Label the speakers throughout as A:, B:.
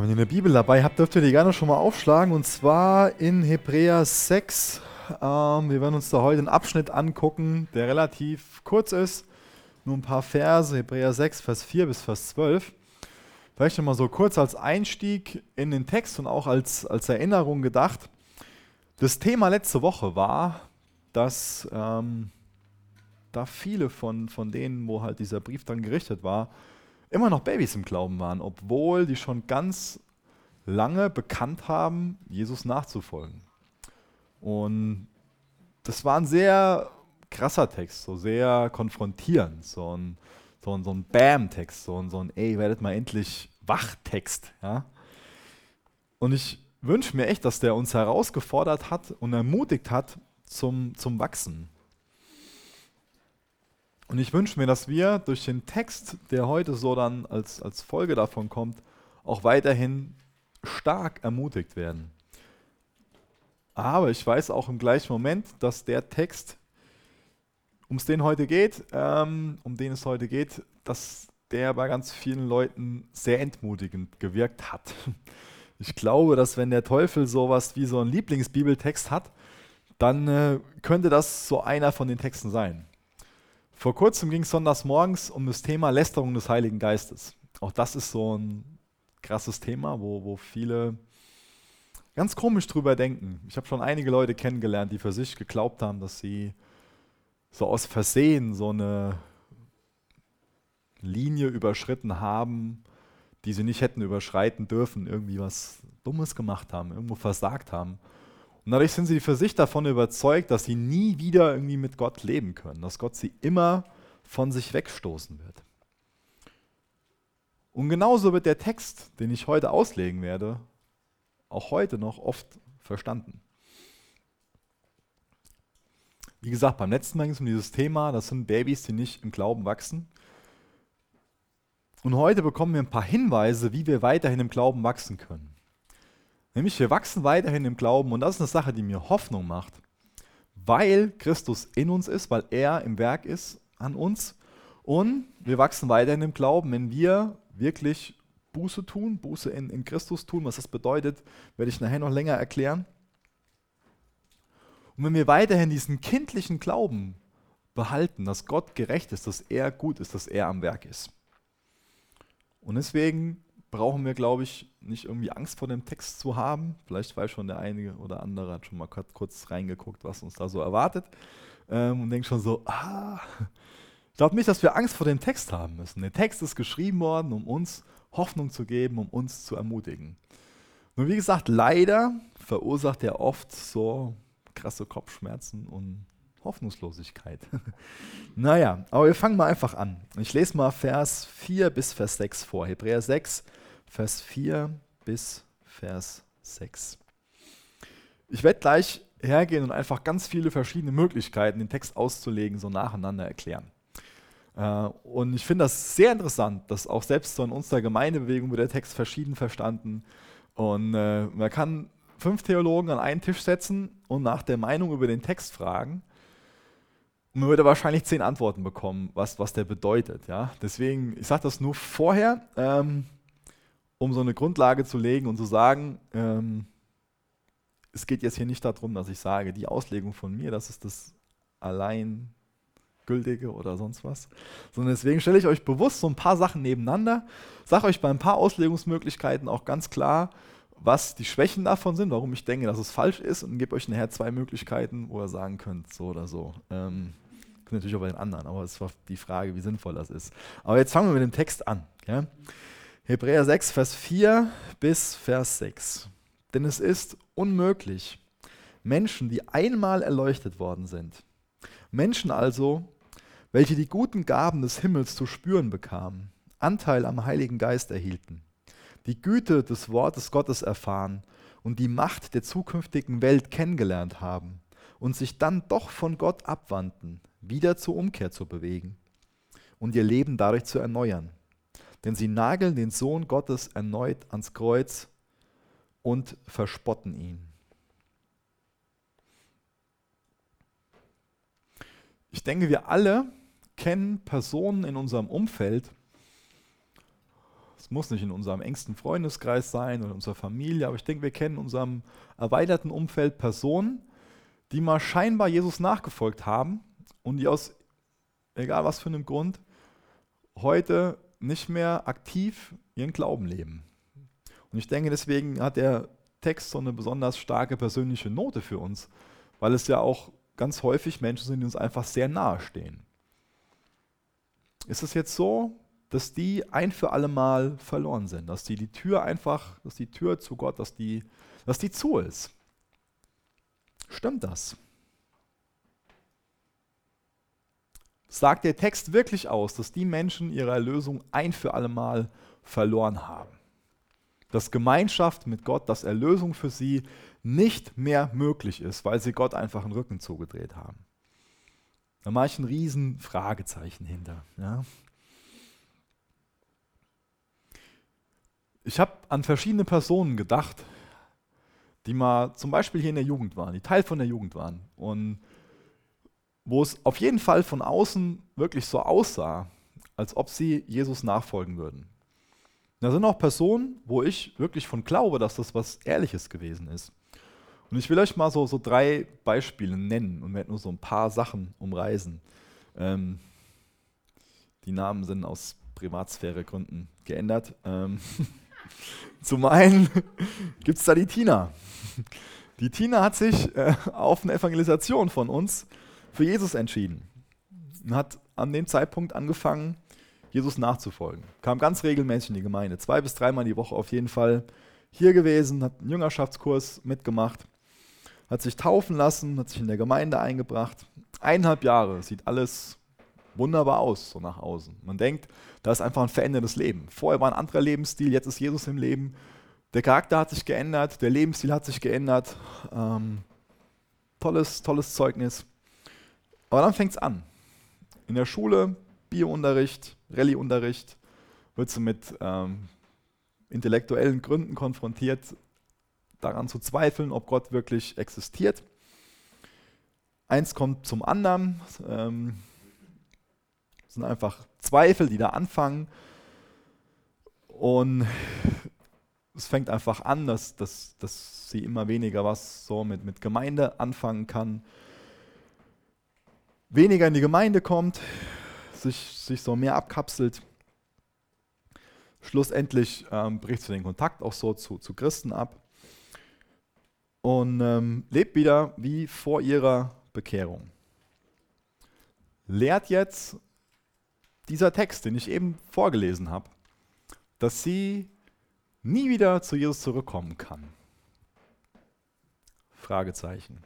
A: Wenn ihr eine Bibel dabei habt, dürft ihr die gerne schon mal aufschlagen, und zwar in Hebräer 6. Wir werden uns da heute einen Abschnitt angucken, der relativ kurz ist, nur ein paar Verse, Hebräer 6, Vers 4 bis Vers 12. Vielleicht noch mal so kurz als Einstieg in den Text und auch als Erinnerung gedacht. Das Thema letzte Woche war, dass da viele von denen, wo halt dieser Brief dann gerichtet war, immer noch Babys im Glauben waren, obwohl die schon ganz lange bekannt haben, Jesus nachzufolgen. Und das war ein sehr krasser Text, so sehr konfrontierend, so ein Bam-Text, so ein Ey, werdet mal endlich wach-Text. Ja? Und ich wünsche mir echt, dass der uns herausgefordert hat und ermutigt hat zum Wachsen. Und ich wünsche mir, dass wir durch den Text, der heute so dann als Folge davon kommt, auch weiterhin stark ermutigt werden. Aber ich weiß auch im gleichen Moment, dass der Text, um den es heute geht, dass der bei ganz vielen Leuten sehr entmutigend gewirkt hat. Ich glaube, dass wenn der Teufel sowas wie so einen Lieblingsbibeltext hat, dann könnte das so einer von den Texten sein. Vor kurzem ging es sonntags morgens um das Thema Lästerung des Heiligen Geistes. Auch das ist so ein krasses Thema, wo viele ganz komisch drüber denken. Ich habe schon einige Leute kennengelernt, die für sich geglaubt haben, dass sie so aus Versehen so eine Linie überschritten haben, die sie nicht hätten überschreiten dürfen, irgendwie was Dummes gemacht haben, irgendwo versagt haben. Und dadurch sind sie für sich davon überzeugt, dass sie nie wieder irgendwie mit Gott leben können, dass Gott sie immer von sich wegstoßen wird. Und genauso wird der Text, den ich heute auslegen werde, auch heute noch oft verstanden. Wie gesagt, beim letzten Mal ging es um dieses Thema, das sind Babys, die nicht im Glauben wachsen. Und heute bekommen wir ein paar Hinweise, wie wir weiterhin im Glauben wachsen können. Nämlich wir wachsen weiterhin im Glauben, und das ist eine Sache, die mir Hoffnung macht, weil Christus in uns ist, weil er im Werk ist an uns. Und wir wachsen weiterhin im Glauben, wenn wir wirklich Buße tun, Buße in Christus tun. Was das bedeutet, werde ich nachher noch länger erklären. Und wenn wir weiterhin diesen kindlichen Glauben behalten, dass Gott gerecht ist, dass er gut ist, dass er am Werk ist. Und deswegen brauchen wir, glaube ich, nicht irgendwie Angst vor dem Text zu haben. Vielleicht weiß schon der eine oder andere, hat schon mal kurz reingeguckt, was uns da so erwartet. Und denkt schon so, ich glaube nicht, dass wir Angst vor dem Text haben müssen. Der Text ist geschrieben worden, um uns Hoffnung zu geben, um uns zu ermutigen. Nur wie gesagt, leider verursacht er oft so krasse Kopfschmerzen und Hoffnungslosigkeit. Naja, aber wir fangen mal einfach an. Ich lese mal Vers 4 bis Vers 6 vor. Hebräer 6, Vers 4 bis Vers 6. Ich werde gleich hergehen und einfach ganz viele verschiedene Möglichkeiten, den Text auszulegen, so nacheinander erklären. Und ich finde das sehr interessant, dass auch selbst so in unserer Gemeindebewegung wird der Text verschieden verstanden. Und man kann 5 Theologen an einen Tisch setzen und nach der Meinung über den Text fragen. Und man würde wahrscheinlich 10 Antworten bekommen, was der bedeutet. Ja? Deswegen, ich sage das nur vorher, um so eine Grundlage zu legen und zu sagen, es geht jetzt hier nicht darum, dass ich sage, die Auslegung von mir, das ist das allein Gültige oder sonst was. Sondern deswegen stelle ich euch bewusst so ein paar Sachen nebeneinander, sage euch bei ein paar Auslegungsmöglichkeiten auch ganz klar, was die Schwächen davon sind, warum ich denke, dass es falsch ist, und gebe euch nachher 2 Möglichkeiten, wo ihr sagen könnt, so oder so. Könnt natürlich auch bei den anderen, aber es war die Frage, wie sinnvoll das ist. Aber jetzt fangen wir mit dem Text an. Ja? Hebräer 6, Vers 4 bis Vers 6. Denn es ist unmöglich, Menschen, die einmal erleuchtet worden sind, Menschen also, welche die guten Gaben des Himmels zu spüren bekamen, Anteil am Heiligen Geist erhielten, die Güte des Wortes Gottes erfahren und die Macht der zukünftigen Welt kennengelernt haben und sich dann doch von Gott abwandten, wieder zur Umkehr zu bewegen und ihr Leben dadurch zu erneuern. Denn sie nageln den Sohn Gottes erneut ans Kreuz und verspotten ihn. Ich denke, wir alle kennen Personen in unserem Umfeld, Es muss nicht in unserem engsten Freundeskreis sein oder in unserer Familie, aber ich denke, wir kennen in unserem erweiterten Umfeld Personen, die mal scheinbar Jesus nachgefolgt haben und die aus, egal was für einem Grund, heute nicht mehr aktiv ihren Glauben leben. Und ich denke, deswegen hat der Text so eine besonders starke persönliche Note für uns, weil es ja auch ganz häufig Menschen sind, die uns einfach sehr nahe stehen. Ist es jetzt so, dass die ein für alle Mal verloren sind, dass die Tür zu Gott, dass die zu ist? Stimmt das? Sagt der Text wirklich aus, dass die Menschen ihre Erlösung ein für alle Mal verloren haben? Dass Gemeinschaft mit Gott, dass Erlösung für sie nicht mehr möglich ist, weil sie Gott einfach den Rücken zugedreht haben? Da mache ich ein riesen Fragezeichen hinter. Ja? Ich habe an verschiedene Personen gedacht, die mal zum Beispiel hier in der Jugend waren, die Teil von der Jugend waren und wo es auf jeden Fall von außen wirklich so aussah, als ob sie Jesus nachfolgen würden. Da sind auch Personen, wo ich wirklich von glaube, dass das was Ehrliches gewesen ist. Und ich will euch mal so 3 Beispiele nennen und werde nur so ein paar Sachen umreißen. Die Namen sind aus Privatsphäregründen geändert. Zum einen gibt es da die Tina. Die Tina hat sich auf eine Evangelisation von uns für Jesus entschieden und hat an dem Zeitpunkt angefangen, Jesus nachzufolgen. Kam ganz regelmäßig in die Gemeinde, 2 bis 3 Mal die Woche auf jeden Fall hier gewesen, hat einen Jüngerschaftskurs mitgemacht, hat sich taufen lassen, hat sich in der Gemeinde eingebracht. 1,5 Jahre, sieht alles wunderbar aus, so nach außen. Man denkt, da ist einfach ein verändertes Leben. Vorher war ein anderer Lebensstil, jetzt ist Jesus im Leben. Der Charakter hat sich geändert, der Lebensstil hat sich geändert. Tolles Zeugnis. Aber dann fängt es an. In der Schule, Biounterricht, Rallyeunterricht, wird sie mit intellektuellen Gründen konfrontiert, daran zu zweifeln, ob Gott wirklich existiert. Eins kommt zum anderen. Es sind einfach Zweifel, die da anfangen. Und es fängt einfach an, dass sie immer weniger was so mit Gemeinde anfangen kann. Weniger in die Gemeinde kommt, sich so mehr abkapselt. Schlussendlich bricht sie den Kontakt auch so zu Christen ab und lebt wieder wie vor ihrer Bekehrung. Lehrt jetzt dieser Text, den ich eben vorgelesen habe, dass sie nie wieder zu Jesus zurückkommen kann? Fragezeichen.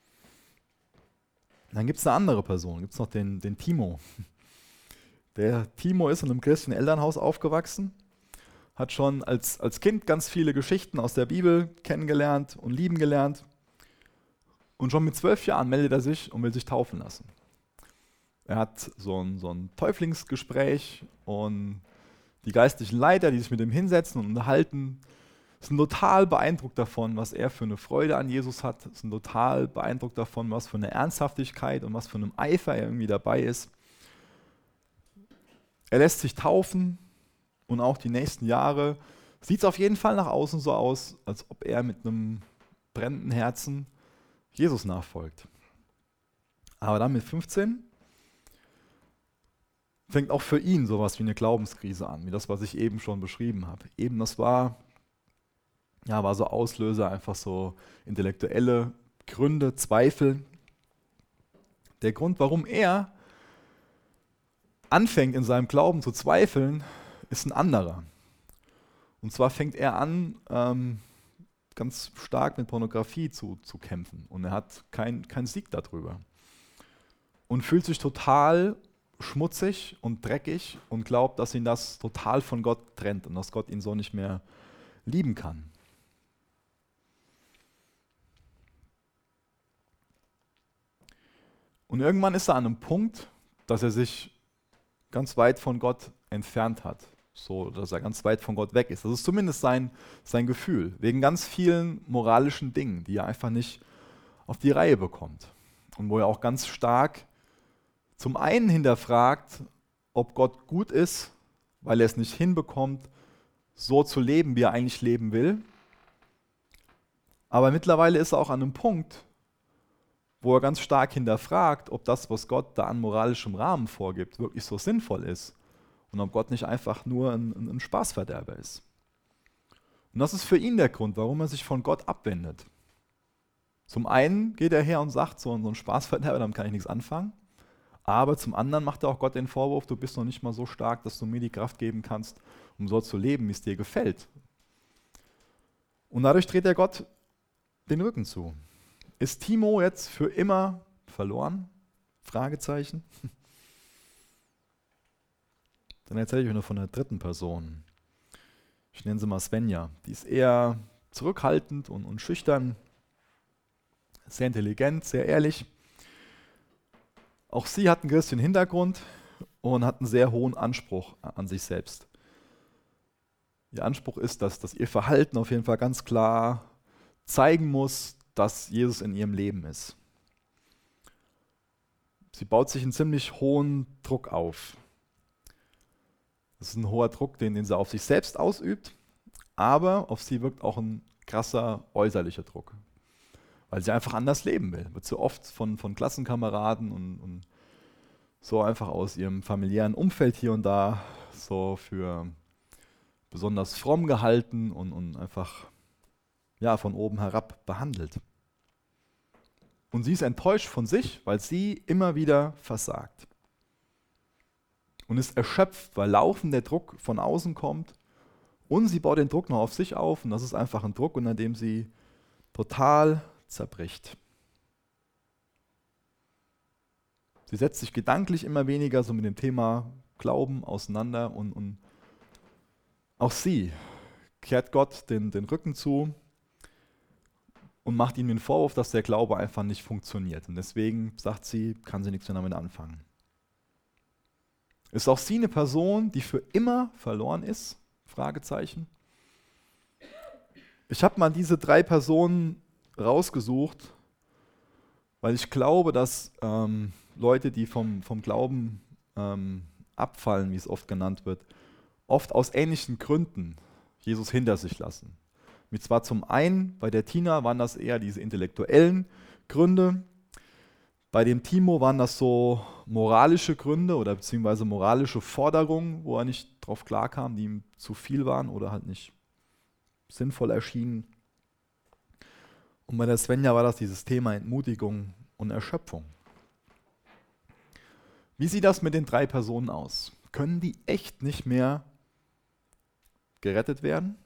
A: Dann gibt es eine andere Person, gibt es noch den Timo. Der Timo ist in einem christlichen Elternhaus aufgewachsen, hat schon als Kind ganz viele Geschichten aus der Bibel kennengelernt und lieben gelernt. Und schon mit 12 Jahren meldet er sich und will sich taufen lassen. Er hat so ein Täuflingsgespräch und die geistlichen Leiter, die sich mit ihm hinsetzen und unterhalten, sind total beeindruckt davon, was er für eine Freude an Jesus hat, sind total beeindruckt davon, was für eine Ernsthaftigkeit und was für einem Eifer er irgendwie dabei ist. Er lässt sich taufen und auch die nächsten Jahre sieht es auf jeden Fall nach außen so aus, als ob er mit einem brennenden Herzen Jesus nachfolgt. Aber dann mit 15 fängt auch für ihn sowas wie eine Glaubenskrise an, wie das, was ich eben schon beschrieben habe. Eben das war so Auslöser, einfach so intellektuelle Gründe, Zweifel. Der Grund, warum er anfängt, in seinem Glauben zu zweifeln, ist ein anderer. Und zwar fängt er an, ganz stark mit Pornografie zu kämpfen. Und er hat keinen Sieg darüber. Und fühlt sich total schmutzig und dreckig und glaubt, dass ihn das total von Gott trennt und dass Gott ihn so nicht mehr lieben kann. Und irgendwann ist er an einem Punkt, dass er sich ganz weit von Gott entfernt hat, so dass er ganz weit von Gott weg ist. Das ist zumindest sein Gefühl, wegen ganz vielen moralischen Dingen, die er einfach nicht auf die Reihe bekommt. Und wo er auch ganz stark zum einen hinterfragt, ob Gott gut ist, weil er es nicht hinbekommt, so zu leben, wie er eigentlich leben will. Aber mittlerweile ist er auch an einem Punkt, wo er ganz stark hinterfragt, ob das, was Gott da an moralischem Rahmen vorgibt, wirklich so sinnvoll ist und ob Gott nicht einfach nur ein Spaßverderber ist. Und das ist für ihn der Grund, warum er sich von Gott abwendet. Zum einen geht er her und sagt, so ein Spaßverderber, damit kann ich nichts anfangen. Aber zum anderen macht er auch Gott den Vorwurf, du bist noch nicht mal so stark, dass du mir die Kraft geben kannst, um so zu leben, wie es dir gefällt. Und dadurch dreht er Gott den Rücken zu. Ist Timo jetzt für immer verloren? Fragezeichen. Dann erzähle ich euch noch von der dritten Person. Ich nenne sie mal Svenja. Die ist eher zurückhaltend und schüchtern, sehr intelligent, sehr ehrlich. Auch sie hat einen christlichen Hintergrund und hat einen sehr hohen Anspruch an sich selbst. Ihr Anspruch ist, dass ihr Verhalten auf jeden Fall ganz klar zeigen muss, dass Jesus in ihrem Leben ist. Sie baut sich einen ziemlich hohen Druck auf. Das ist ein hoher Druck, den sie auf sich selbst ausübt, aber auf sie wirkt auch ein krasser äußerlicher Druck, weil sie einfach anders leben will. Wird so oft von Klassenkameraden und so einfach aus ihrem familiären Umfeld hier und da so für besonders fromm gehalten und einfach von oben herab behandelt. Und sie ist enttäuscht von sich, weil sie immer wieder versagt. Und ist erschöpft, weil laufend der Druck von außen kommt und sie baut den Druck noch auf sich auf und das ist einfach ein Druck, unter dem sie total zerbricht. Sie setzt sich gedanklich immer weniger so mit dem Thema Glauben auseinander und auch sie kehrt Gott den Rücken zu und macht ihm den Vorwurf, dass der Glaube einfach nicht funktioniert. Und deswegen, sagt sie, kann sie nichts mehr damit anfangen. Ist auch sie eine Person, die für immer verloren ist? Fragezeichen. Ich habe mal diese 3 Personen rausgesucht, weil ich glaube, dass Leute, die vom Glauben abfallen, wie es oft genannt wird, oft aus ähnlichen Gründen Jesus hinter sich lassen. Mit zwar zum einen, bei der Tina waren das eher diese intellektuellen Gründe, bei dem Timo waren das so moralische Gründe oder beziehungsweise moralische Forderungen, wo er nicht drauf klarkam, die ihm zu viel waren oder halt nicht sinnvoll erschienen. Und bei der Svenja war das dieses Thema Entmutigung und Erschöpfung. Wie sieht das mit den 3 Personen aus? Können die echt nicht mehr gerettet werden?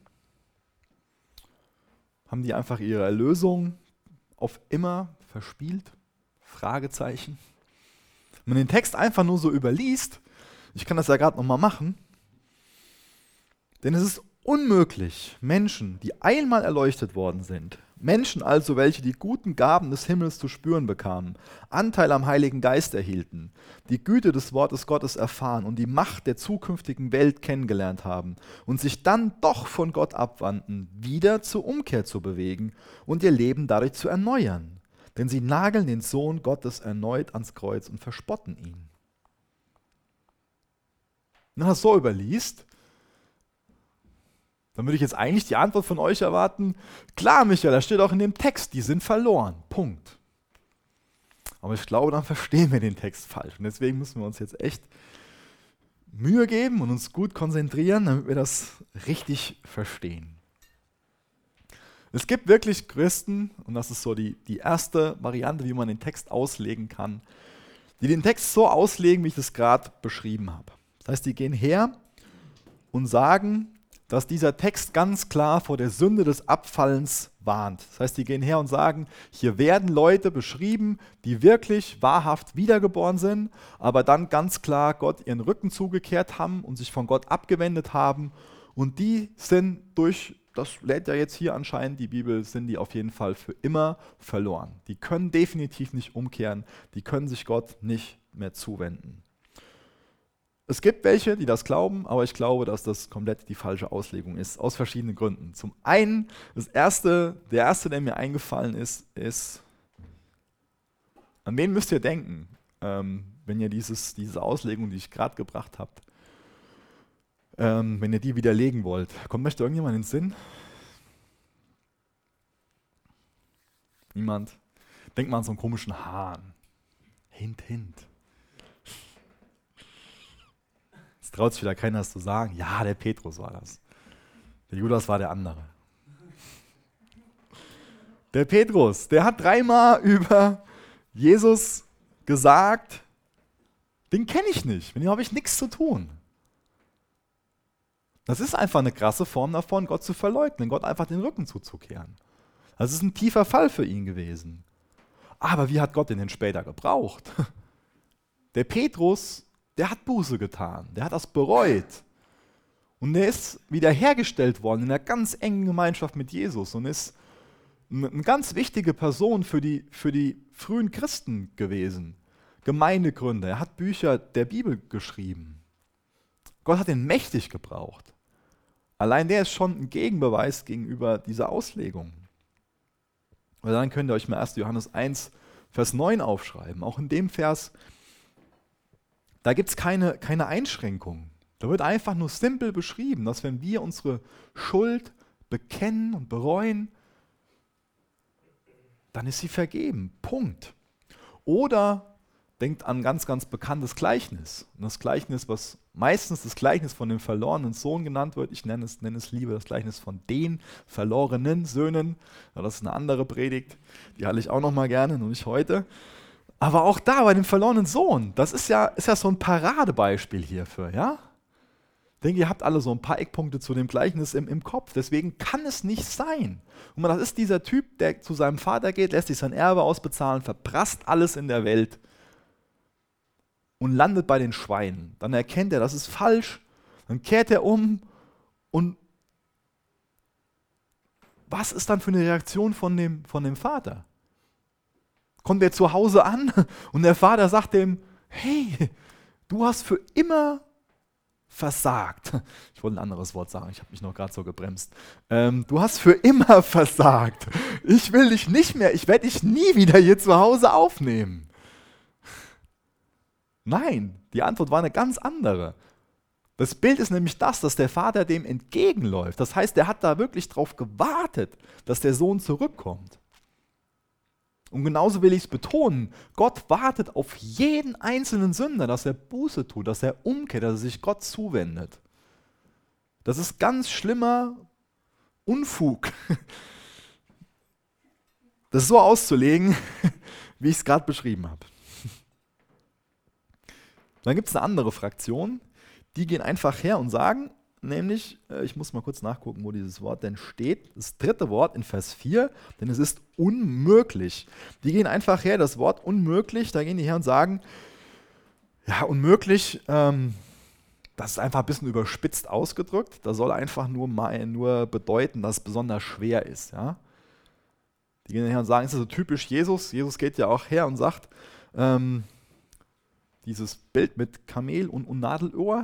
A: Haben die einfach ihre Erlösung auf immer verspielt? Fragezeichen. Wenn man den Text einfach nur so überliest, ich kann das ja gerade nochmal machen, denn es ist unmöglich, Menschen, die einmal erleuchtet worden sind, Menschen also, welche die guten Gaben des Himmels zu spüren bekamen, Anteil am Heiligen Geist erhielten, die Güte des Wortes Gottes erfahren und die Macht der zukünftigen Welt kennengelernt haben und sich dann doch von Gott abwandten, wieder zur Umkehr zu bewegen und ihr Leben dadurch zu erneuern. Denn sie nageln den Sohn Gottes erneut ans Kreuz und verspotten ihn. Wenn man das so überliest, dann würde ich jetzt eigentlich die Antwort von euch erwarten, klar Michael, da steht auch in dem Text, die sind verloren, Punkt. Aber ich glaube, dann verstehen wir den Text falsch. Und deswegen müssen wir uns jetzt echt Mühe geben und uns gut konzentrieren, damit wir das richtig verstehen. Es gibt wirklich Christen, und das ist so die erste Variante, wie man den Text auslegen kann, die den Text so auslegen, wie ich das gerade beschrieben habe. Das heißt, die gehen her und sagen, dass dieser Text ganz klar vor der Sünde des Abfallens warnt. Das heißt, die gehen her und sagen, hier werden Leute beschrieben, die wirklich wahrhaft wiedergeboren sind, aber dann ganz klar Gott ihren Rücken zugekehrt haben und sich von Gott abgewendet haben. Und die sind das lädt ja jetzt hier anscheinend die Bibel, sind die auf jeden Fall für immer verloren. Die können definitiv nicht umkehren, die können sich Gott nicht mehr zuwenden. Es gibt welche, die das glauben, aber ich glaube, dass das komplett die falsche Auslegung ist, aus verschiedenen Gründen. Zum einen, der erste, der mir eingefallen ist, an wen müsst ihr denken, wenn ihr diese Auslegung, die ich gerade gebracht habe, wenn ihr die widerlegen wollt. Möchte irgendjemand in den Sinn? Niemand? Denkt mal an so einen komischen Hahn. Hint, hint. Jetzt traut sich wieder keiner, das zu sagen. Ja, der Petrus war das. Der Judas war der andere. Der Petrus, der hat 3-mal über Jesus gesagt, den kenne ich nicht, mit dem habe ich nichts zu tun. Das ist einfach eine krasse Form davon, Gott zu verleugnen, Gott einfach den Rücken zuzukehren. Das ist ein tiefer Fall für ihn gewesen. Aber wie hat Gott ihn denn später gebraucht? Der Petrus, der hat Buße getan, der hat das bereut. Und der ist wiederhergestellt worden in einer ganz engen Gemeinschaft mit Jesus und ist eine ganz wichtige Person für die frühen Christen gewesen. Gemeindegründer, er hat Bücher der Bibel geschrieben. Gott hat ihn mächtig gebraucht. Allein der ist schon ein Gegenbeweis gegenüber dieser Auslegung. Und dann könnt ihr euch mal 1. Johannes 1, Vers 9 aufschreiben. Auch in dem Vers, da gibt es keine Einschränkung. Da wird einfach nur simpel beschrieben, dass wenn wir unsere Schuld bekennen und bereuen, dann ist sie vergeben. Punkt. Oder denkt an ein ganz, ganz bekanntes Gleichnis. Und das Gleichnis, was meistens das Gleichnis von dem verlorenen Sohn genannt wird, ich nenne es lieber das Gleichnis von den verlorenen Söhnen. Ja, das ist eine andere Predigt, die halte ich auch noch mal gerne, nur nicht heute. Aber auch da bei dem verlorenen Sohn, das ist ja so ein Paradebeispiel hierfür, ja? Ich denke, ihr habt alle so ein paar Eckpunkte zu dem Gleichnis im Kopf. Deswegen kann es nicht sein. Und das ist dieser Typ, der zu seinem Vater geht, lässt sich sein Erbe ausbezahlen, verprasst alles in der Welt und landet bei den Schweinen. Dann erkennt er, das ist falsch. Dann kehrt er um. Und was ist dann für eine Reaktion von dem Vater? Kommt er zu Hause an und der Vater sagt ihm, hey, du hast für immer versagt. Ich wollte ein anderes Wort sagen, ich habe mich noch gerade so gebremst. Du hast für immer versagt. Ich will dich nicht mehr, ich werde dich nie wieder hier zu Hause aufnehmen. Nein, die Antwort war eine ganz andere. Das Bild ist nämlich das, dass der Vater dem entgegenläuft. Das heißt, er hat da wirklich drauf gewartet, dass der Sohn zurückkommt. Und genauso will ich es betonen, Gott wartet auf jeden einzelnen Sünder, dass er Buße tut, dass er umkehrt, dass er sich Gott zuwendet. Das ist ganz schlimmer Unfug, das so auszulegen, wie ich es gerade beschrieben habe. Dann gibt es eine andere Fraktion, die gehen einfach her und sagen, nämlich, ich muss mal kurz nachgucken, wo dieses Wort denn steht, das 3. Wort in Vers 4, denn es ist unmöglich. Die gehen einfach her, das Wort unmöglich, da gehen die her und sagen, ja, unmöglich, das ist einfach ein bisschen überspitzt ausgedrückt, das soll einfach nur bedeuten, dass es besonders schwer ist. Ja? Die gehen her und sagen, es ist so typisch Jesus, Jesus geht ja auch her und sagt, dieses Bild mit Kamel und Nadelöhr,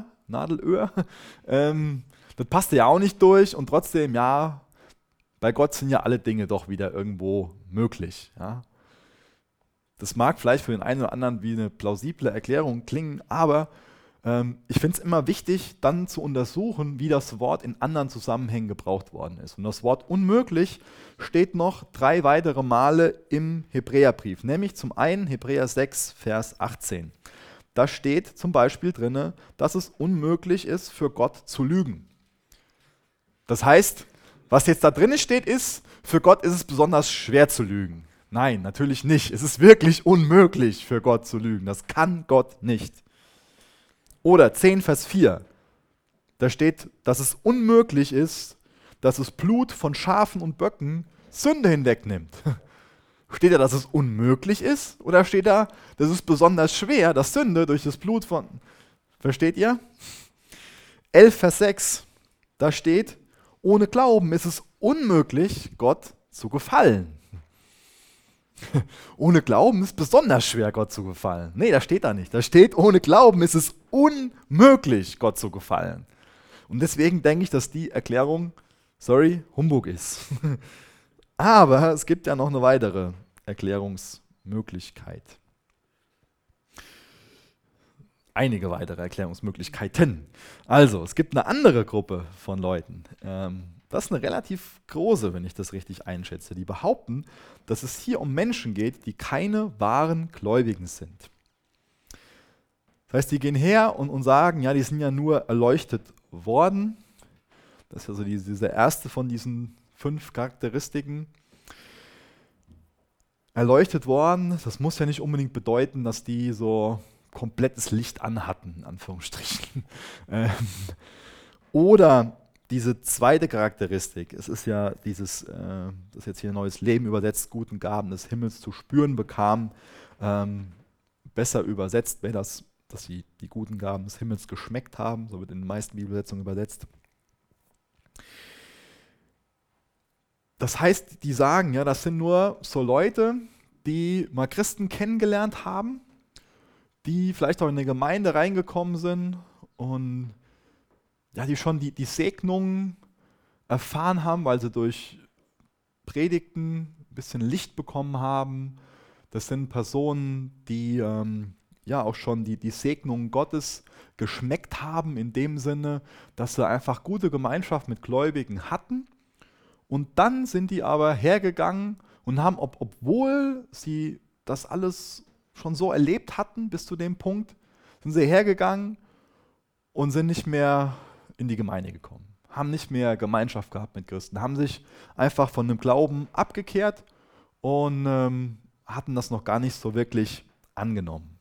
A: das passte ja auch nicht durch und trotzdem, ja, bei Gott sind ja alle Dinge doch wieder irgendwo möglich. Ja. Das mag vielleicht für den einen oder anderen wie eine plausible Erklärung klingen, aber ich finde es immer wichtig, dann zu untersuchen, wie das Wort in anderen Zusammenhängen gebraucht worden ist. Und das Wort unmöglich steht noch 3 weitere Male im Hebräerbrief, nämlich zum einen Hebräer 6, Vers 18. Da steht zum Beispiel drin, dass es unmöglich ist, für Gott zu lügen. Das heißt, was jetzt da drin steht, ist, für Gott ist es besonders schwer zu lügen. Nein, natürlich nicht. Es ist wirklich unmöglich, für Gott zu lügen. Das kann Gott nicht. Oder 10, Vers 4. Da steht, dass es unmöglich ist, dass das Blut von Schafen und Böcken Sünde hinwegnimmt. Steht da, dass es unmöglich ist? Oder steht da, dass es besonders schwer, dass Sünde durch das Blut von... Versteht ihr? 11, Vers 6, da steht, ohne Glauben ist es unmöglich, Gott zu gefallen. Ohne Glauben ist es besonders schwer, Gott zu gefallen. Nee, das steht da nicht. Da steht, ohne Glauben ist es unmöglich, Gott zu gefallen. Und deswegen denke ich, dass die Erklärung, Humbug ist. Aber es gibt ja noch eine weitere Erklärungsmöglichkeit. einige weitere Erklärungsmöglichkeiten. Also, es gibt eine andere Gruppe von Leuten. Das ist eine relativ große, wenn ich das richtig einschätze. Die behaupten, dass es hier um Menschen geht, die keine wahren Gläubigen sind. Das heißt, die gehen her und sagen, ja, die sind ja nur erleuchtet worden. Das ist also diese erste von diesen 5 Charakteristiken. Erleuchtet worden, das muss ja nicht unbedingt bedeuten, dass die so komplettes Licht anhatten, in Anführungsstrichen. Oder diese zweite Charakteristik, es ist ja dieses, das jetzt hier neues Leben übersetzt, guten Gaben des Himmels zu spüren bekam, besser übersetzt wäre das, dass sie die guten Gaben des Himmels geschmeckt haben, so wird in den meisten Bibelübersetzungen übersetzt. Das heißt, die sagen, ja, das sind nur so Leute, die mal Christen kennengelernt haben, die vielleicht auch in eine Gemeinde reingekommen sind und ja, die schon die Segnungen erfahren haben, weil sie durch Predigten ein bisschen Licht bekommen haben. Das sind Personen, die ja auch schon die Segnungen Gottes geschmeckt haben, in dem Sinne, dass sie einfach gute Gemeinschaft mit Gläubigen hatten. Und dann sind die aber hergegangen und haben, obwohl sie das alles schon so erlebt hatten bis zu dem Punkt, sind sie hergegangen und sind nicht mehr in die Gemeinde gekommen, haben nicht mehr Gemeinschaft gehabt mit Christen, haben sich einfach von dem Glauben abgekehrt und hatten das noch gar nicht so wirklich angenommen.